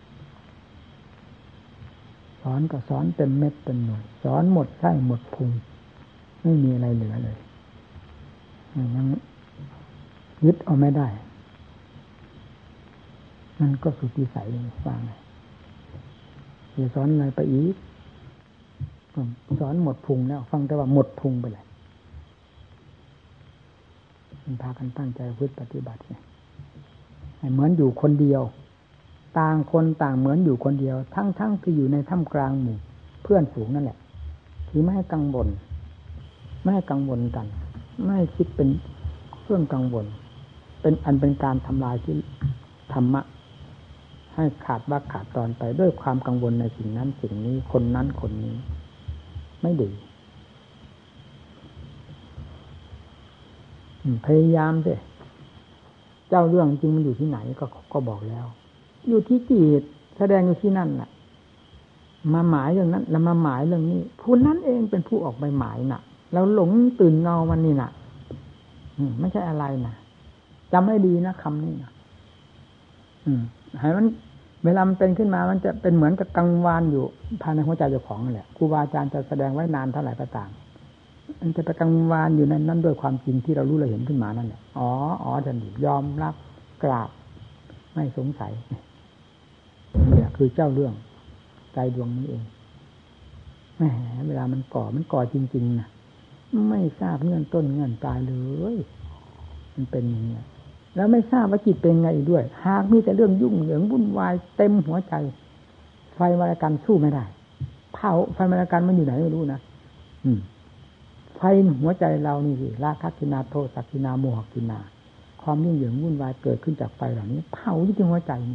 สอนก็สอนเต็มเม็ดเต็มหน่วยสอนหมดไส้หมดพุงไม่มีอะไรเหลือเลยยังยึดเอาไม่ได้มันก็สุดวิสัยฟังจะสอนอะไรไปอีกสอนหมดพุงแล้วฟังแต่ว่าหมดพุงไปเลยมันพากันตั้งใจพึ่งปฏิบัติไงเหมือนอยู่คนเดียวต่างคนต่างเหมือนอยู่คนเดียวทั้งที่อยู่ในท่ามกลางหมู่เพื่อนฝูงนั่นแหละคือไม่ให้กังวลกันไม่คิดเป็นเครื่องกังวลเป็นการทำลายที่ธรรมะให้ขาดว่าขาดตอนไปด้วยความกังวลในสิ่งนั้นสิ่งนี้คนนั้นคนนี้ไม่ดีพยายามสิเจ้าเรื่องจริงมันอยู่ที่ไหนก็บอกแล้วอยู่ที่จิตแสดงอยู่ที่นั่นแหละมาหมายเรื่องนั้นแล้วมาหมายเรื่องนี้ผู้นั้นเองเป็นผู้ออกไปหมายน่ะเราหลงตื่นเงามันนี่น่ะไม่ใช่อะไรนะจำให้ดีนะคำนี้นะให้มันเวลามันเป็นขึ้นมามันจะเป็นเหมือนกับกังวานอยู่ภายในหัวใจเจ้าของนั่นแหละครูบาอาจารย์จะแสดงไว้นานเท่าไหร่ก็ตามมันจะไปกังวานอยู่ในนั้นด้วยความจริงที่เรารู้เราเห็นขึ้นมานั่นแหละท่านยอมรับกราบไม่สงสัยเนี่ยคือเจ้าเรื่องใจดวงนี้เองแหมเวลามันก่อจริงๆนะไม่ทราบเงื่อนต้นเงื่อนปลายเลยมันเป็นอย่างนี้แล้วไม่ทราบว่าจิตเป็นไงอีกด้วยหากมีแต่เรื่องยุ่งเหยิงวุ่นวายเต็มหัวใจไฟมรกันสู้ไม่ได้เผาไฟมรกันมันอยู่ไหนไม่รู้นะไฟหัวใจเรานี่สิราคะกินาโทสะกินาโมหกินาความยุ่งเหยิงวุ่นวายเกิดขึ้นจากไฟเหล่านี้เผาที่หัวใจนี่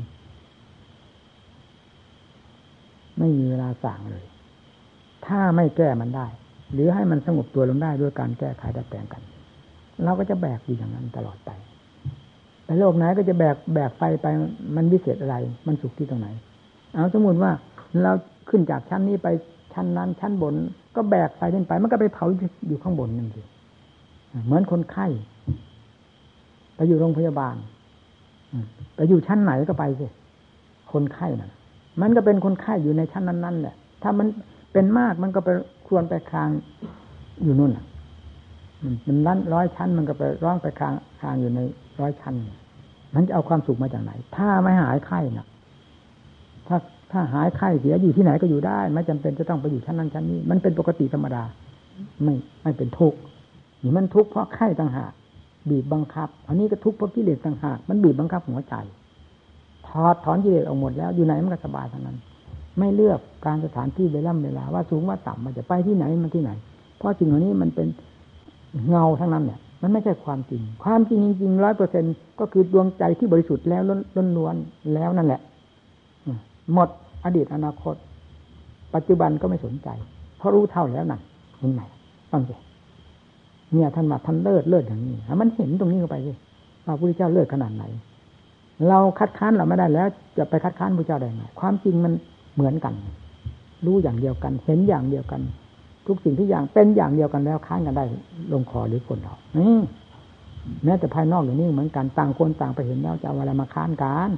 ไม่มีเวลาสั่งเลยถ้าไม่แก้มันได้หรือให้มันสงบตัวลงได้ด้วยการแก้ไขดัดแปลงกันเราก็จะแบกอยู่อย่างนั้นตลอดไปแต่โลกไหนก็จะแบกไฟไปมันวิเศษอะไรมันสุขที่ตรงไหนเอาสมมติว่าเราขึ้นจากชั้นนี้ไปชั้นนั้นชั้นบนก็แบกไฟขึ้นไปมันก็ไปเผาอยู่ข้างบนนั่นสิเหมือนคนไข้ไปอยู่โรงพยาบาลไปอยู่ชั้นไหนก็ไปสิคนไข้น่ะมันก็เป็นคนไข้อยู่ในชั้นนั้นๆแหละถ้ามันเป็นมากมันก็ไปควรไปคลางอยู่นู่นน่ะมัน100 ชั้นมันก็ไปร้องไปคลางอยู่ใน100 ชั้นมันจะเอาความสุขมาจากไหนถ้าไม่หายไข้น่ะถ้าหายไข้เสียอยู่ที่ไหนก็อยู่ได้ไม่จำเป็นจะต้องไปอยู่ชั้นนั้นชั้นนี้มันเป็นปกติธรรมดาไม่เป็นทุกข์นี่มันทุกข์เพราะไข้ต่างหากบีบบังคับอันนี้ก็ทุกข์เพราะกิเลสต่างหากมันบีบบังคับหัวใจถอนกิเลสออกหมดแล้วอยู่ไหนมันก็สบายทั้งนั้นไม่เลือกการสถานที่เวลาว่าสูงว่าต่ำมันจะไปที่ไหนมันที่ไหนเพราะสิ่งเหล่านี้มันเป็นเงาทั้งนั้นเนี่ยมันไม่ใช่ความจริงความจริงจริง 100% ก็คือดวงใจที่บริสุทธิ์แล้วล้วนๆแล้วนั่นแหละหมดอดีตอนาคตปัจจุบันก็ไม่สนใจเพราะรู้เท่าแล้วนั่นเห็นไหมฟังสิเนี่ยท่านมาท่านเลิศอย่างนี้มันเห็นตรงนี้เข้าไปสิว่าพระพุทธเจ้าเลิศขนาดไหนเราคัดค้านเราไม่ได้แล้วจะไปคัดค้านพระเจ้าได้ไงความจริงมันเหมือนกันรู้อย่างเดียวกันเห็นอย่างเดียวกันทุกสิ่งทุกอย่างเป็นอย่างเดียวกันแล้วค้านกันได้ลงคอหรือคนเราแม้แต่ภายนอกอย่างนี้เหมือนกันต่างคนต่างไปเห็นแล้วจะเอาอะไรมาค้านกัน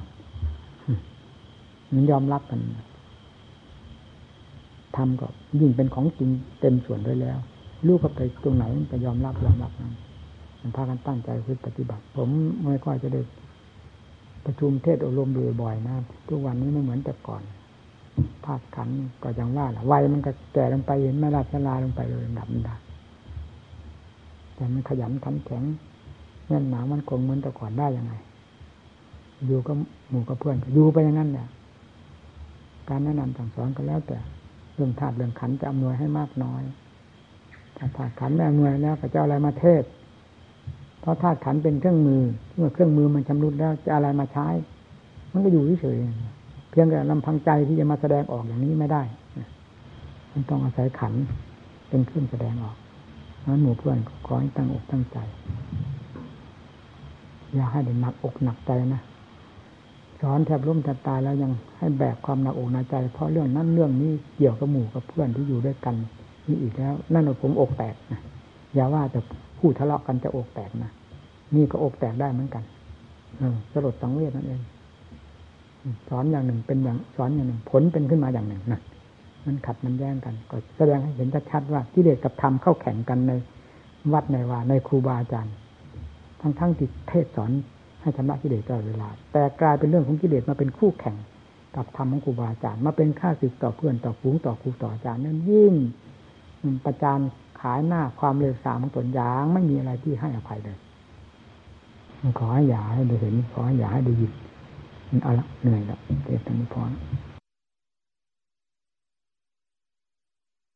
มันยอมรับกันทำก็ยิ่งเป็นของจริงเต็มส่วนด้วยแล้วลูกก็ไปตรงไหนก็ยอมรับนั้นมันพากันตั้งใจปฏิบัติผมไม่ค่อยจะได้ประชุมเทศอบรมบ่อยๆนะทุกวันนี้ไม่เหมือนแต่ก่อนธาตุขันธ์ก็อย่างว่าแหละวัยมันก็แก่ลงไปเห็นไหมล่ะชราลงไปเลยดับมันได้แต่มันขยันขันแข็งแน่นหนามันคงเหมือนแต่ก่อนได้ยังไงอยู่กับหมู่กับเพื่อนอยู่ไปอย่างนั้นเนี่ยการแนะนำสั่งสอนก็แล้วแต่เรื่องธาตุเรื่องขันธ์จะอำนวยให้มากน้อยถ้าธาตุขันธ์ไม่อำนวยแล้วก็จะอะไรมาเทศเพราะธาตุขันธ์เป็นเครื่องมือเมื่อเครื่องมือมันชำรุดแล้วจะอะไรมาใช้มันก็อยู่เฉยๆเพียงแต่ลำพังใจที่จะมาแสดงออกอย่างนี้ไม่ได้มันต้องอาศัยขันธ์เป็นเครื่องแสดงออกนั้นหมู่เพื่อนขอให้ตั้งอกตั้งใจอย่าให้ได้หนักอกหนักใจนะสอนแทบล้มแทบตายแล้วยังให้แบกความหนักอกหนักใจเพราะเรื่องนั้นเรื่องนี้เกี่ยวกับหมู่กับเพื่อนที่อยู่ด้วยกันนี่อีกแล้วนั่นผมอกแตกนะอย่าว่าแต่ผู้ทะเลาะกันจะอกแตกนะนี่ก็อกแตกได้เหมือนกันสลดสังเวชนั่นเองสอนอย่างหนึ่งเป็นอย่างสอนอย่างหนึ่งผลเป็นขึ้นมาอย่างหนึ่งนะมันขัดมันแย้งกันก็แสดงให้เห็นชัดๆว่ากิเลสกับธรรมเข้าแข่งกันในวัดในวาในครูบาอาจารย์ทั้งที่เทศสอนให้ชำระกิเลสตลอดเวลาแต่กลายเป็นเรื่องของกิเลสมาเป็นคู่แข่งกับธรรมของครูบาอาจารย์มาเป็นข้าศึกต่อเพื่อนต่อฝูงต่อครูต่ออาจารย์นั่นยิ่งประจานขายหน้าความเลวทรามของตนอย่างไม่มีอะไรที่ให้อภัยเลยขอให้อย่าให้ได้เห็นขอให้อย่าให้ได้ยินเอาละเหนื่อยแล้วเทศน์ตรงนี้พอ